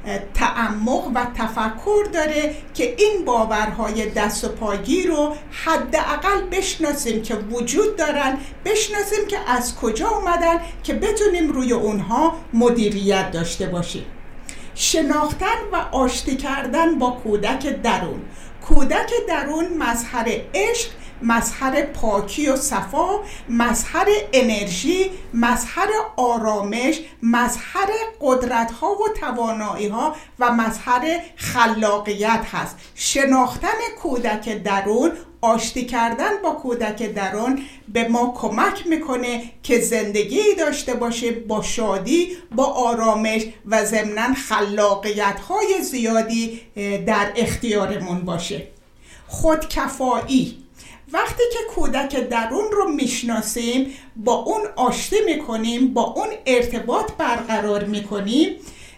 [SPEAKER 4] تعمق و تفکر داره که این باورهای دست و پاگیر رو حداقل بشناسیم که وجود دارن، بشناسیم که از کجا اومدن که بتونیم روی اونها مدیریت داشته باشیم. شناختن و آشتی کردن با کودک درون. کودک درون مظهر عشق، مظهر پاکی و صفا، مظهر انرژی، مظهر آرامش، مظهر قدرت‌ها و توانایی‌ها و مظهر خلاقیت هست. شناختن کودک درون، آشتی کردن با کودک درون به ما کمک میکنه که زندگی داشته باشه با شادی، با آرامش و ضمناً خلاقیت‌های زیادی در اختیارمون باشه. خودکفایی. وقتی که کودک درون رو میشناسیم، با اون آشتی میکنیم، با اون ارتباط برقرار میکنیم،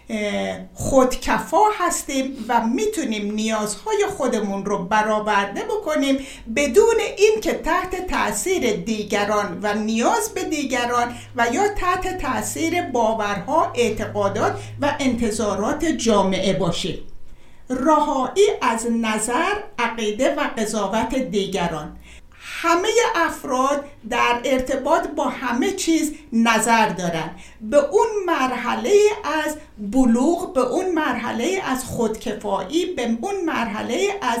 [SPEAKER 4] خودکفا هستیم و میتونیم نیازهای خودمون رو برآورده بکنیم بدون این که تحت تأثیر دیگران و نیاز به دیگران و یا تحت تأثیر باورها، اعتقادات و انتظارات جامعه باشیم. رهایی از نظر، عقیده و قضاوت دیگران. همه افراد در ارتباط با همه چیز نظر دارن. به اون مرحله از بلوغ، به اون مرحله از خودکفایی، به اون مرحله از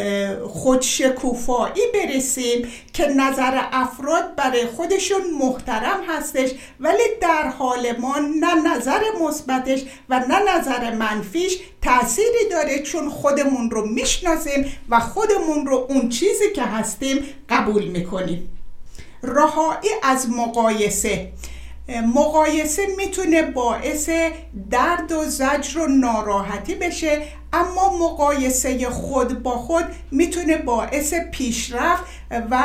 [SPEAKER 4] خودشکوفایی برسیم که نظر افراد برای خودشون محترم هستش، ولی در حال ما نه نظر مثبتش و نه نظر منفیش تأثیری داره، چون خودمون رو میشناسیم و خودمون رو اون چیزی که هستیم قبول میکنیم. رهایی از مقایسه. مقایسه میتونه باعث درد و زجر و ناراحتی بشه، اما مقایسه خود با خود میتونه باعث پیشرفت و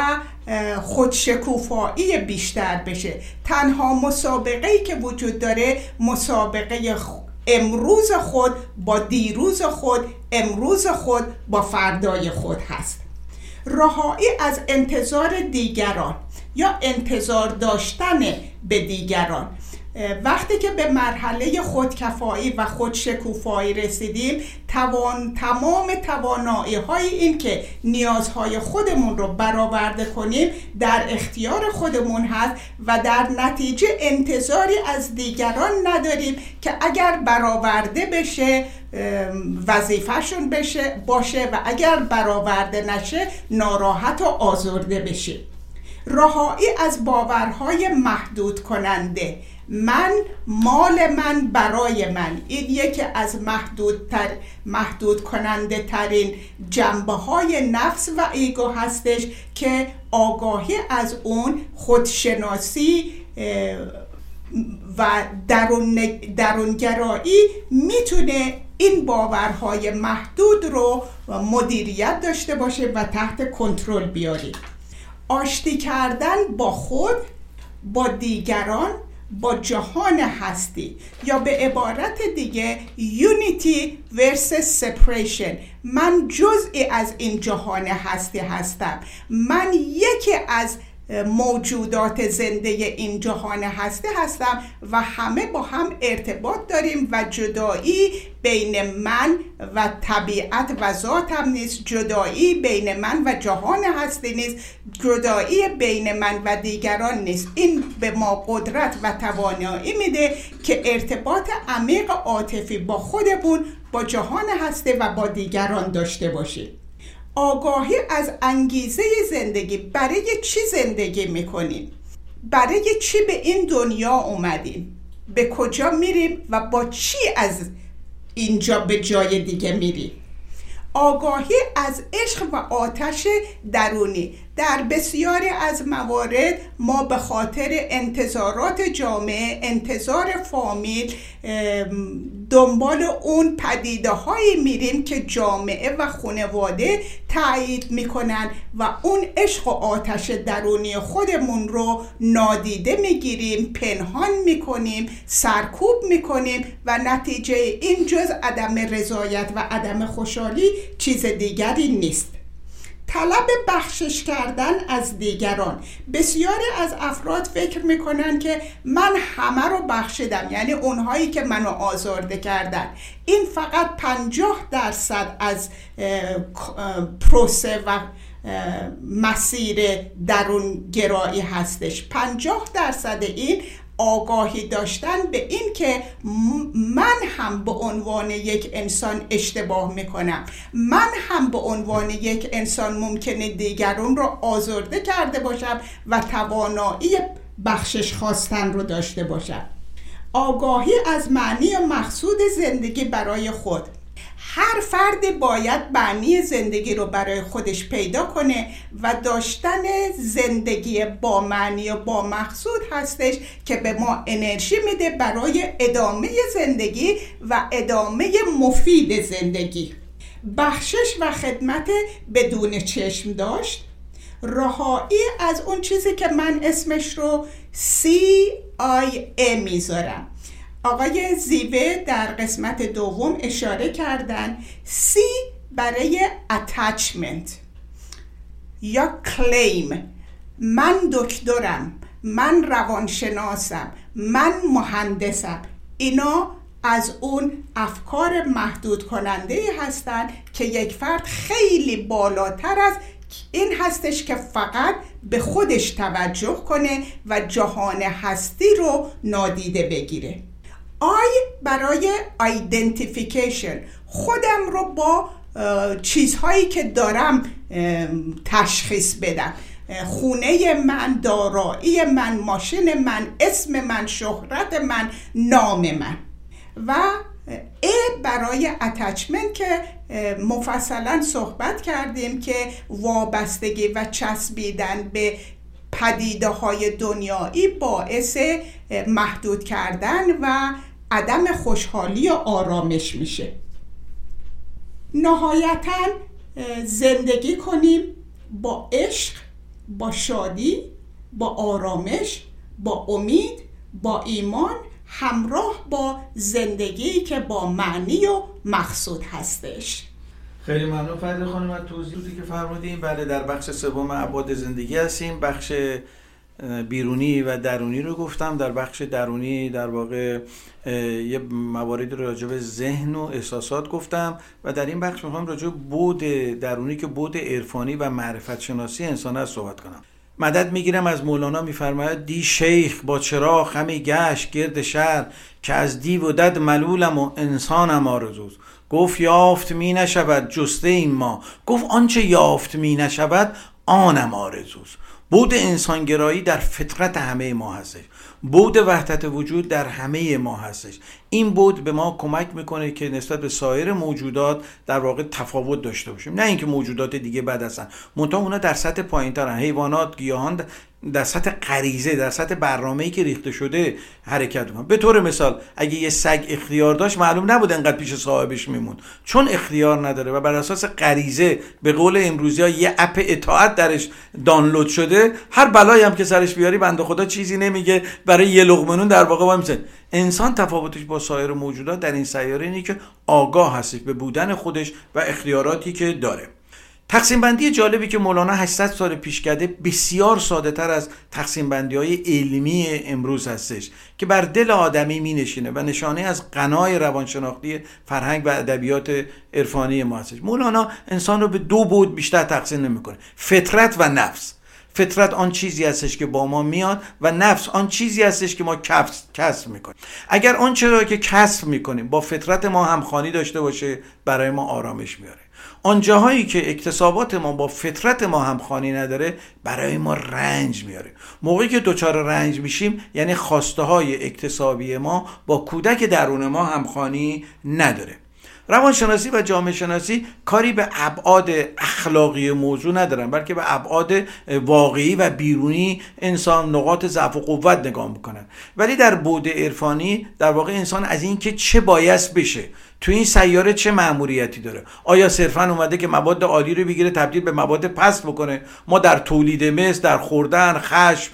[SPEAKER 4] خودشکوفایی بیشتر بشه. تنها مسابقه‌ای که وجود داره مسابقه امروز خود با دیروز خود، امروز خود با فردای خود هست. رهایی از انتظار دیگران یا انتظار داشتن به دیگران. وقتی که به مرحله خودکفایی و خودشکوفایی رسیدیم، توان تمام توانایی های این که نیازهای خودمون رو برآورده کنیم در اختیار خودمون هست و در نتیجه انتظاری از دیگران نداریم که اگر برآورده بشه وظیفه‌شون بشه باشه و اگر برآورده نشه ناراحت و آزرده بشه. رهایی از باورهای محدود کننده. من، مال من، برای من. این یکی از محدود, تر، محدود کننده ترین جنبه های نفس و ایگو هستش که آگاهی از اون، خودشناسی و درون درونگرایی میتونه این باورهای محدود رو مدیریت داشته باشه و تحت کنترل بیاره. آشتی کردن با خود، با دیگران، با جهان هستی، یا به عبارت دیگه Unity versus Separation. من جزئی از این جهان هستی هستم، من یکی از موجودات زنده این جهان هستی هستم و همه با هم ارتباط داریم و جدایی بین من و طبیعت و ذاتم نیست، جدایی بین من و جهان هستی نیست، جدایی بین من و دیگران نیست. این به ما قدرت و توانایی میده که ارتباط عمیق عاطفی با خودمون، با جهان هستی و با دیگران داشته باشیم. آگاهی از انگیزه زندگی. برای چی زندگی میکنیم؟ برای چی به این دنیا اومدیم؟ به کجا میریم و با چی از اینجا به جای دیگه میریم؟ آگاهی از عشق و آتش درونی. در بسیاری از موارد ما به خاطر انتظارات جامعه، انتظار فامیل، دنبال اون پدیده هایی میریم که جامعه و خانواده تایید میکنن و اون عشق و آتش درونی خودمون رو نادیده میگیریم، پنهان میکنیم، سرکوب میکنیم و نتیجه این جز عدم رضایت و عدم خوشحالی چیز دیگری نیست. طلب بخشش کردن از دیگران. بسیاری از افراد فکر میکنن که من همه رو بخشیدم، یعنی اونهایی که منو آزرده کردن. این فقط پنجاه درصد از پروسه و مسیر درون گرایی هستش. پنجاه درصد این آگاهی داشتن به این که من هم به عنوان یک انسان اشتباه میکنم، من هم به عنوان یک انسان ممکنه دیگران رو آزرده کرده باشم و توانایی بخشش خواستن رو داشته باشم. آگاهی از معنی و مقصود زندگی برای خود. هر فرد باید معنی زندگی رو برای خودش پیدا کنه و داشتن زندگی با معنی و با مقصود هستش که به ما انرژی میده برای ادامه زندگی و ادامه مفید زندگی. بخشش و خدمت بدون چشم داشت. رهایی از اون چیزی که من اسمش رو سی آی ای میذارم. آقای زیوه در قسمت دوم اشاره کردن سی برای attachment یا claim. من دکترم، من روانشناسم، من مهندسم. اینا از اون افکار محدود کننده هستن که یک فرد خیلی بالاتر از این هستش که فقط به خودش توجه کنه و جهان هستی رو نادیده بگیره. آی برای identification، خودم رو با چیزهایی که دارم تشخیص بدم. خونه من، دارایی من، ماشین من، اسم من، شهرت من، نام من. و ای برای attachment که مفصلا صحبت کردیم که وابستگی و چسبیدن به پدیده های دنیایی باعث محدود کردن و عدم خوشحالی و آرامش میشه. نهایتاً زندگی کنیم با عشق، با شادی، با آرامش، با امید، با ایمان، همراه با زندگی که با معنی و مقصود هستش.
[SPEAKER 3] خیلی ممنون فرید خانم از توضیحاتی که فرمودین. بله، در بخش سوم ابعاد زندگی هستیم. بخش بیرونی و درونی رو گفتم. در بخش درونی در واقع یه مواردی رو راجع به ذهن و احساسات گفتم و در این بخش میخوام راجع به بعد درونی که بعد عرفانی و معرفت شناسی انسان است صحبت کنم. مدد میگیرم از مولانا، میفرماید دی شیخ با چراغ همی گشت گرد شهر که از دیو و دد ملولم و انسانم آرزوست. گفت یافت می نشود جسته این ما، گفت آنچه یافت می نشود آنم آرزوست. بود انسانگرایی در فطرت همه ما هستش، بود وحدت وجود در همه ما هستش. این بود به ما کمک میکنه که نسبت به سایر موجودات در واقع تفاوت داشته باشیم، نه اینکه موجودات دیگه بد هستن، منتها اونا در سطح پایین‌ترن. حیوانات، گیاهان در سطح غریزه، در سطح برنامه‌ای که ریخته شده حرکت میکنن. به طور مثال اگه یه سگ اختیار داشت معلوم نبود انقدر پیش صاحبش میمون، چون اختیار نداره و بر اساس غریزه، به قول امروزی‌ها یه اپ اطاعت درش دانلود شده، هر بلایی هم که سرش بیاری بنده خدا چیزی نمیگه، برای یه لقمه نون در واقع وای میسه. انسان تفاوتش با سایر موجودات در این سیاره اینه که آگاه هست به بودن خودش و اختیاراتی که داره. تقسیم بندی جالبی که مولانا هشتصد سال پیش کرده بسیار ساده تر از تقسیم بندی های علمی امروز هستش که بر دل آدمی می نشینه و نشانه از غنای روانشناختی فرهنگ و ادبیات عرفانی ما هستش. مولانا انسان رو به دو بعد بیشتر تقسیم نمیکنه: فطرت و نفس. فطرت آن چیزی هستش که با ما میاد و نفس آن چیزی هستش که ما کسب میکنیم. اگر آن چیزی که کسب میکنیم با فطرت ما همخوانی داشته باشه، برای ما آرامش میاره. آن جاهایی که اکتسابات ما با فطرت ما همخوانی نداره، برای ما رنج میاره. موقعی که دوچار رنج میشیم یعنی خواسته های اکتسابی ما با کودک درون ما همخوانی نداره. روانشناسی و جامعه شناسی کاری به ابعاد اخلاقی موضوع ندارن، بلکه به ابعاد واقعی و بیرونی انسان، نقاط ضعف و قوت نگاه میکنن. ولی در بعد عرفانی در واقع انسان از این که چه بایست بشه تو این سیاره چه مأموریتی داره؟ آیا صرفا اومده که مواد عالی رو بگیره تبدیل به مواد پست بکنه؟ ما در تولید مثل، در خوردن، خشم،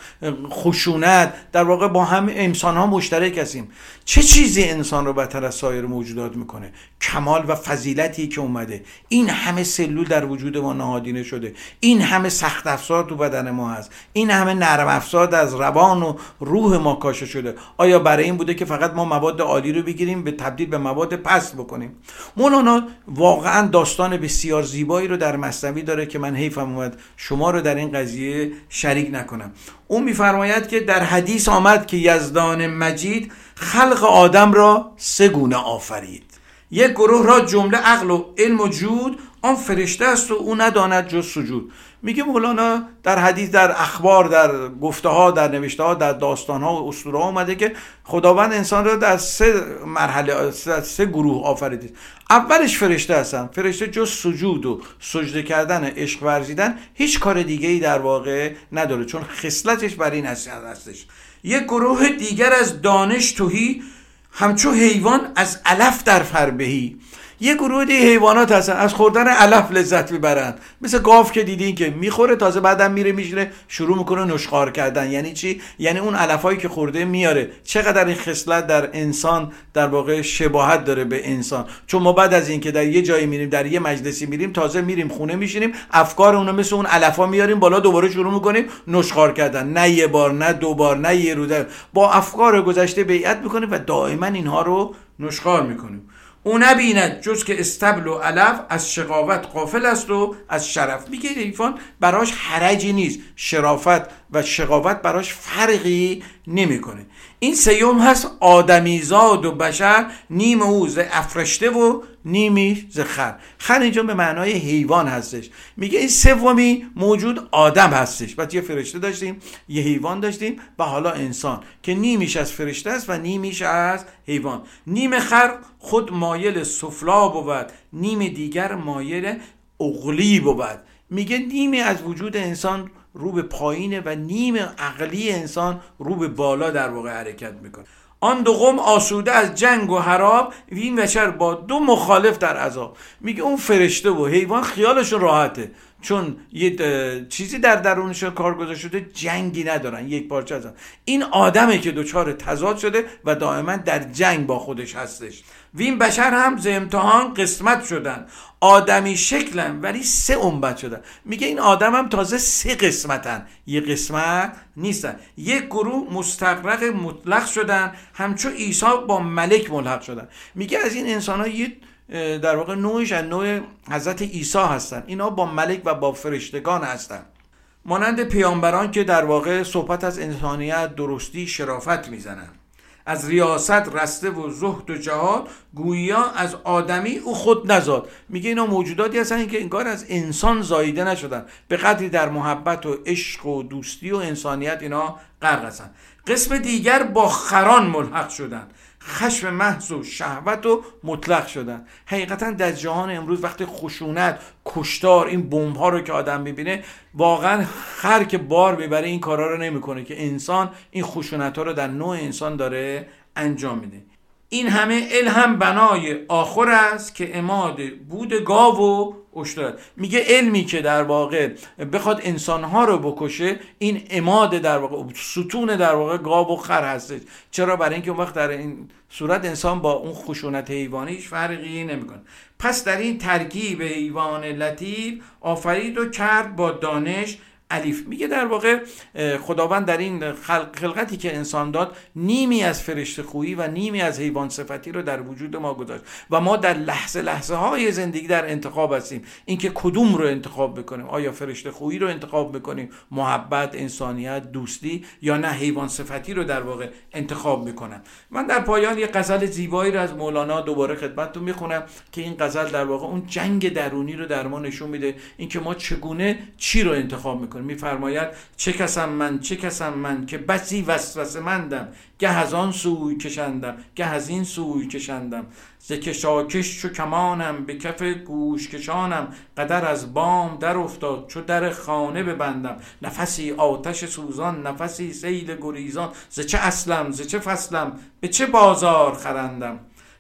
[SPEAKER 3] خشونت، در واقع با هم انسان ها مشترک هستیم. چه چیزی انسان رو برتر از سایر موجودات میکنه؟ کمال و فضیلتی که اومده. این همه سلول در وجود ما نهادینه شده، این همه سخت افزار تو بدن ما هست، این همه نرم افزار از روان و روح ما کاشته شده. آیا برای این بوده که فقط ما مواد عالی رو بگیریم به تبدیل به مواد پست بکنیم؟ مولانا واقعا داستان بسیار زیبایی رو در مثنوی داره که من حیفم اومد شما رو در این قضیه شریک نکنم. اون میفرماید که در حدیث آمد که یزدان مجید خلق آدم را سه گونه آفرید. یک گروه را جمله عقل و علم و جود، آن فرشته است و او نداند جز سجود. میگه مولانا در حدیث، در اخبار، در گفته ها، در نوشته ها، در داستان ها و اسطوره ها اومده که خداوند انسان را در سه مرحله، سه گروه آفریده. اولش فرشته هستن. فرشته جز سجود و سجده کردن، عشق ورزیدن، هیچ کار دیگه ای در واقع نداره، چون خصلتش بر این هستش. یک گروه دیگر از دانش تهی، همچو حیوان از علف در فربهی. یه گروه دیگه حیوانات هستن از خوردن علف لذت میبرن، مثل گاو که دیدین که میخوره تازه بعدم میره میشینه شروع میکنه نشخوار کردن. یعنی چی؟ یعنی اون علفایی که خورده میاره. چقدر این خصلت در انسان در واقع شباهت داره به انسان. چون ما بعد از این که در یه جایی میریم، در یه مجلسی میریم، تازه میریم خونه میشینیم، افکار اونو مثل اون علفا میاریم بالا، دوباره شروع میکنیم نشخوار کردن. نه یه بار، نه دو بار، نه یه روز، با افکار گذشته بیعت میکنیم و دائما اینها رو نشخوار میکنیم. او نبیند جز که استبل و علف، از شقاوت غافل است و از شرف. میگه حیوان براش حرجی نیست، شرافت و شقاوت براش فرقی نمیکنه. این سیوم هست آدمیزاد و بشر، نیم او ز افرشته و نیمی ز خر. خر اینجا به معنای حیوان هستش. میگه این سومی موجود آدم هستش. بعد یه فرشته داشتیم، یه حیوان داشتیم و حالا انسان که نیمیش از فرشته است و نیمیش از حیوان. نیم خر خود مایل سفلا بود، نیم دیگر مایل اغلی بود. میگه نیمی از وجود انسان رو به پایینه و نیم عقلی انسان رو به بالا در واقع حرکت میکنه. آن دو قوم آسوده از جنگ و حراب، وین بشر با دو مخالف در عذاب. میگه اون فرشته و حیوان خیالشون راحته، چون یه چیزی در درونشون کار گذاشته شده، جنگی ندارن، یک پارچه هستن. این آدمه که دوچار تضاد شده و دائما در جنگ با خودش هستش. وین بشر هم ز امتحان قسمت شدن، آدمی شکلن ولی سه امت شدن. میگه این آدم هم تازه سه قسمتن، یه قسمت نیستن. یک گروه مستغرق مطلق شدن، همچو عیسی با ملک ملحق شدن. میگه از این انسان ها یه در واقع نوعش از نوع حضرت عیسی هستن. اینا با ملک و با فرشتگان هستن، مانند پیامبران که در واقع صحبت از انسانیت، درستی، شرافت میزنن. از ریاست رسته و زهد و جهاد، گویا از آدمی او خود نزاد. میگه اینا موجوداتی هستن که انگار از انسان زاییده نشدن، به قدری در محبت و عشق و دوستی و انسانیت اینا غرق هستن. قسم دیگر با خران ملحق شدن، خشم محض و شهوت و مطلق شدن. حقیقتا در جهان امروز وقتی خشونت، کشتار، این بمب ها رو که آدم میبینه، واقعا خر که بار میبره این کارا رو نمیکنه که انسان این خشونت ها رو در نوع انسان داره انجام میده. این همه علم بنای آخر است، که عماد بود گاو و اشتر. میگه علمی که در واقع بخواد انسانها رو بکشه، این عماد در واقع ستون در واقع گاو و خر هستش. چرا؟ برای اینکه اون وقت در این صورت انسان با اون خشونت حیوانی هیچ فرقی نمیکنه. پس در این ترکیب حیوان لطیف، آفرید و کرد با دانش الیف. میگه در واقع خداوند در این خلق خلقتی که انسان داد، نیمی از فرشته خویی و نیمی از حیوان صفتی رو در وجود ما گذاشت و ما در لحظه لحظه های زندگی در انتخاب هستیم، اینکه کدوم رو انتخاب بکنیم. آیا فرشته خویی رو انتخاب بکنیم، محبت، انسانیت، دوستی، یا نه حیوان صفتی رو در واقع انتخاب بکنم. من در پایان یه غزل زیبایی رو از مولانا دوباره خدمتتون میخونم که این غزل در واقع اون جنگ درونی رو در ما نشون میده، اینکه ما چگونه چی رو انتخاب میکنیم. میفرماید چه کسم من، چه کسم من، که بسی وسوسه مندم، گه از آن سوی کشندم، گه از این سوی کشندم. ز کشاکش چو کمانم، به کف گوش کشانم، قدر از بام در افتاد چو در خانه ببندم. نفسی آتش سوزان، نفسی سیل گریزان، ز چه اصلم ز چه فصلم، به چه بازار خرندم.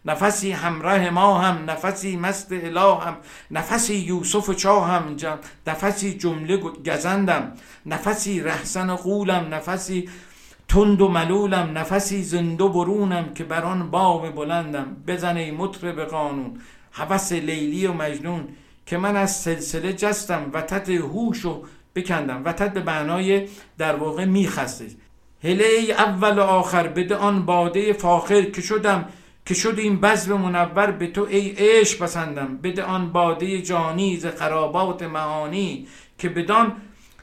[SPEAKER 3] نفسی همراه ما هم، نفسی مست اله هم، نفسی یوسف چاه هم، نفسی جمله گزندم، نفسی رهسن غولم، نفسی تند و ملولم، نفسی زنده برونم که بران بام بلندم. بزن ای مطرب قانون هوس لیلی و مجنون، که من از سلسله جستم وتد هوشو بکندم. وتد به معنای در واقع میخسته. هله ای اول و آخر بده آن باده فاخر، که شدم که شد این بزم منور به تو ای عشق پسندم. بده آن باده جانی ز خرابات معانی، که بدان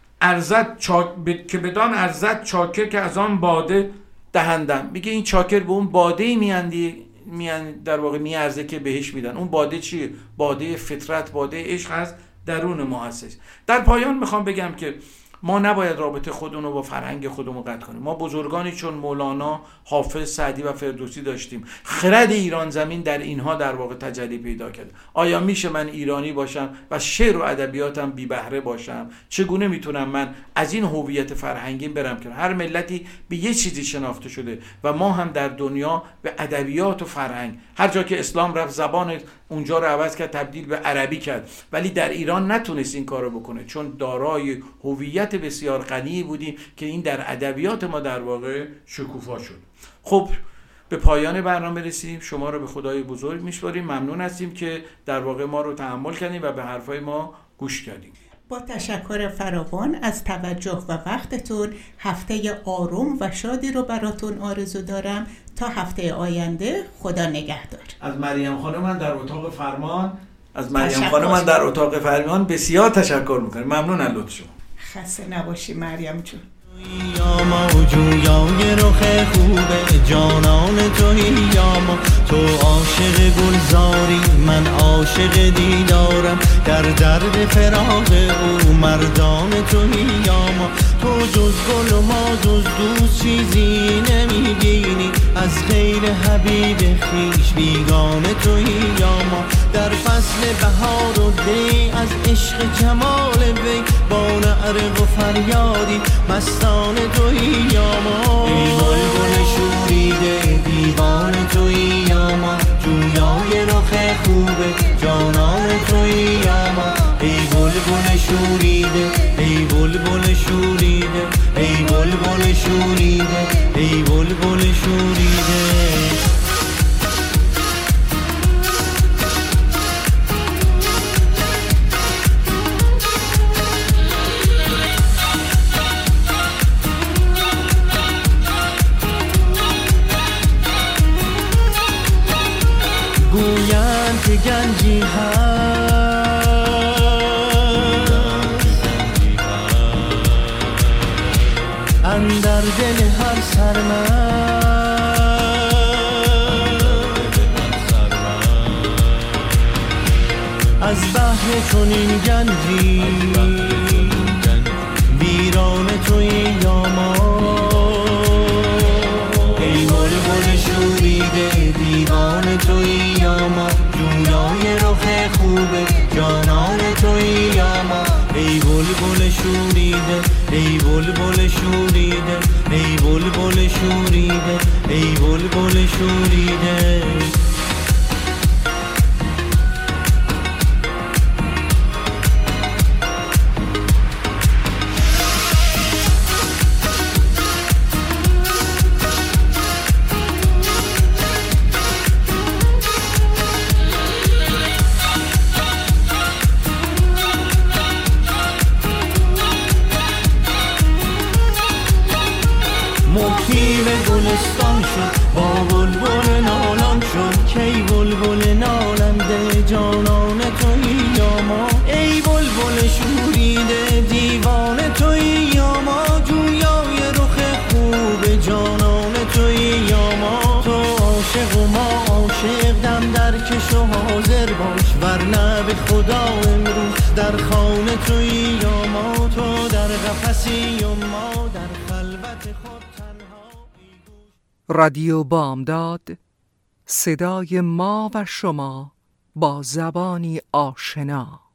[SPEAKER 3] ارزد چاک... ب... که بدان ارزد چاکر که از آن باده دهندم. میگه این چاکر به اون باده میاندی میان در واقع میارزه که بهش میدن. اون باده چیه؟ باده فطرت، باده عشق هست درون ما هستش. در پایان میخوام بگم که ما نباید رابطه خودمون رو با فرهنگ خودمون قطع کنیم. ما بزرگانی چون مولانا، حافظ، سعدی و فردوسی داشتیم. خرد ایران زمین در اینها در واقع تجلی پیدا کرد. آیا میشه من ایرانی باشم و شعر و ادبیاتم بی بهره باشم؟ چگونه میتونم من از این هویت فرهنگی برم که هر ملتی به یه چیزی شناخته شده و ما هم در دنیا به ادبیات و فرهنگ، هر جا که اسلام رفت زبان اونجا رو عوض کرد، تبدیل به عربی کرد، ولی در ایران نتونست این کارو بکنه چون دارای هویت بسیار غنی بودیم که این در ادبیات ما در واقع شکوفا شد. خب به پایان برنامه رسیدیم. شما رو به خدای بزرگ میسپاریم. ممنون هستیم که در واقع ما رو تحمل کردیم و به حرفای ما گوش کردیم.
[SPEAKER 4] با تشکر فراوان از توجه و وقتتون، هفته آروم و شادی رو براتون آرزو دارم. تا هفته آینده، خدا نگهدار.
[SPEAKER 3] از مریم خانم من در اتاق فرمان از مریم خانم من در اتاق فرمان بسیار تشکر میکنم. ممنون از لطف شما.
[SPEAKER 4] خسته نباشی مریم جون.
[SPEAKER 6] یا ما جویای رخ خوب جانان تویی، یا ما تو عاشق گلزاری، من عاشق دیدارم، در درد فراق او مردان تویی، یا ما تو جز گل و ما جز دوست چیزی نمیبینی، از غیر حبیب خیش بیگانه تویی، یا ما در فصل بهار و دی از عشق جمال وی با نعره و فریادی مستان تویی، یا ما ای بلبل شوریده دیوان تویی، یا ما جویای رخ خوب جانان تویی، یا ما ای بلبل شوریده ای بلبل شوریده ای بلبل شوریده ای بلبل شوریده. گویند که گنجی هست اندر دل هر سرمست، از بحر چنین گنجی ویران تویی، یا ما ای بلبل شوریده دیوان تویی، یا ما جویای رخ خوب جانان تویی، یا ما ای بلبل شوریده ای بلبل شوریده ای بلبل شوریده ای بلبل شوریده. موکیل گلستان شد با بلبل نالان شد، کی بلبل نالنده جانان تویی، یا ما ای بلبل شوریده دیوان تویی، یا ما جویای رخ خوب جانان تویی، یا ما تو عاشق و ما عاشق، دم در کش و حاضر باش ورنه به خدا امروز در خانه تویی، یا ما تو در قفسی و ما در خلوت خود.
[SPEAKER 7] رادیو بامداد، صدای ما و شما با زبانی آشنا.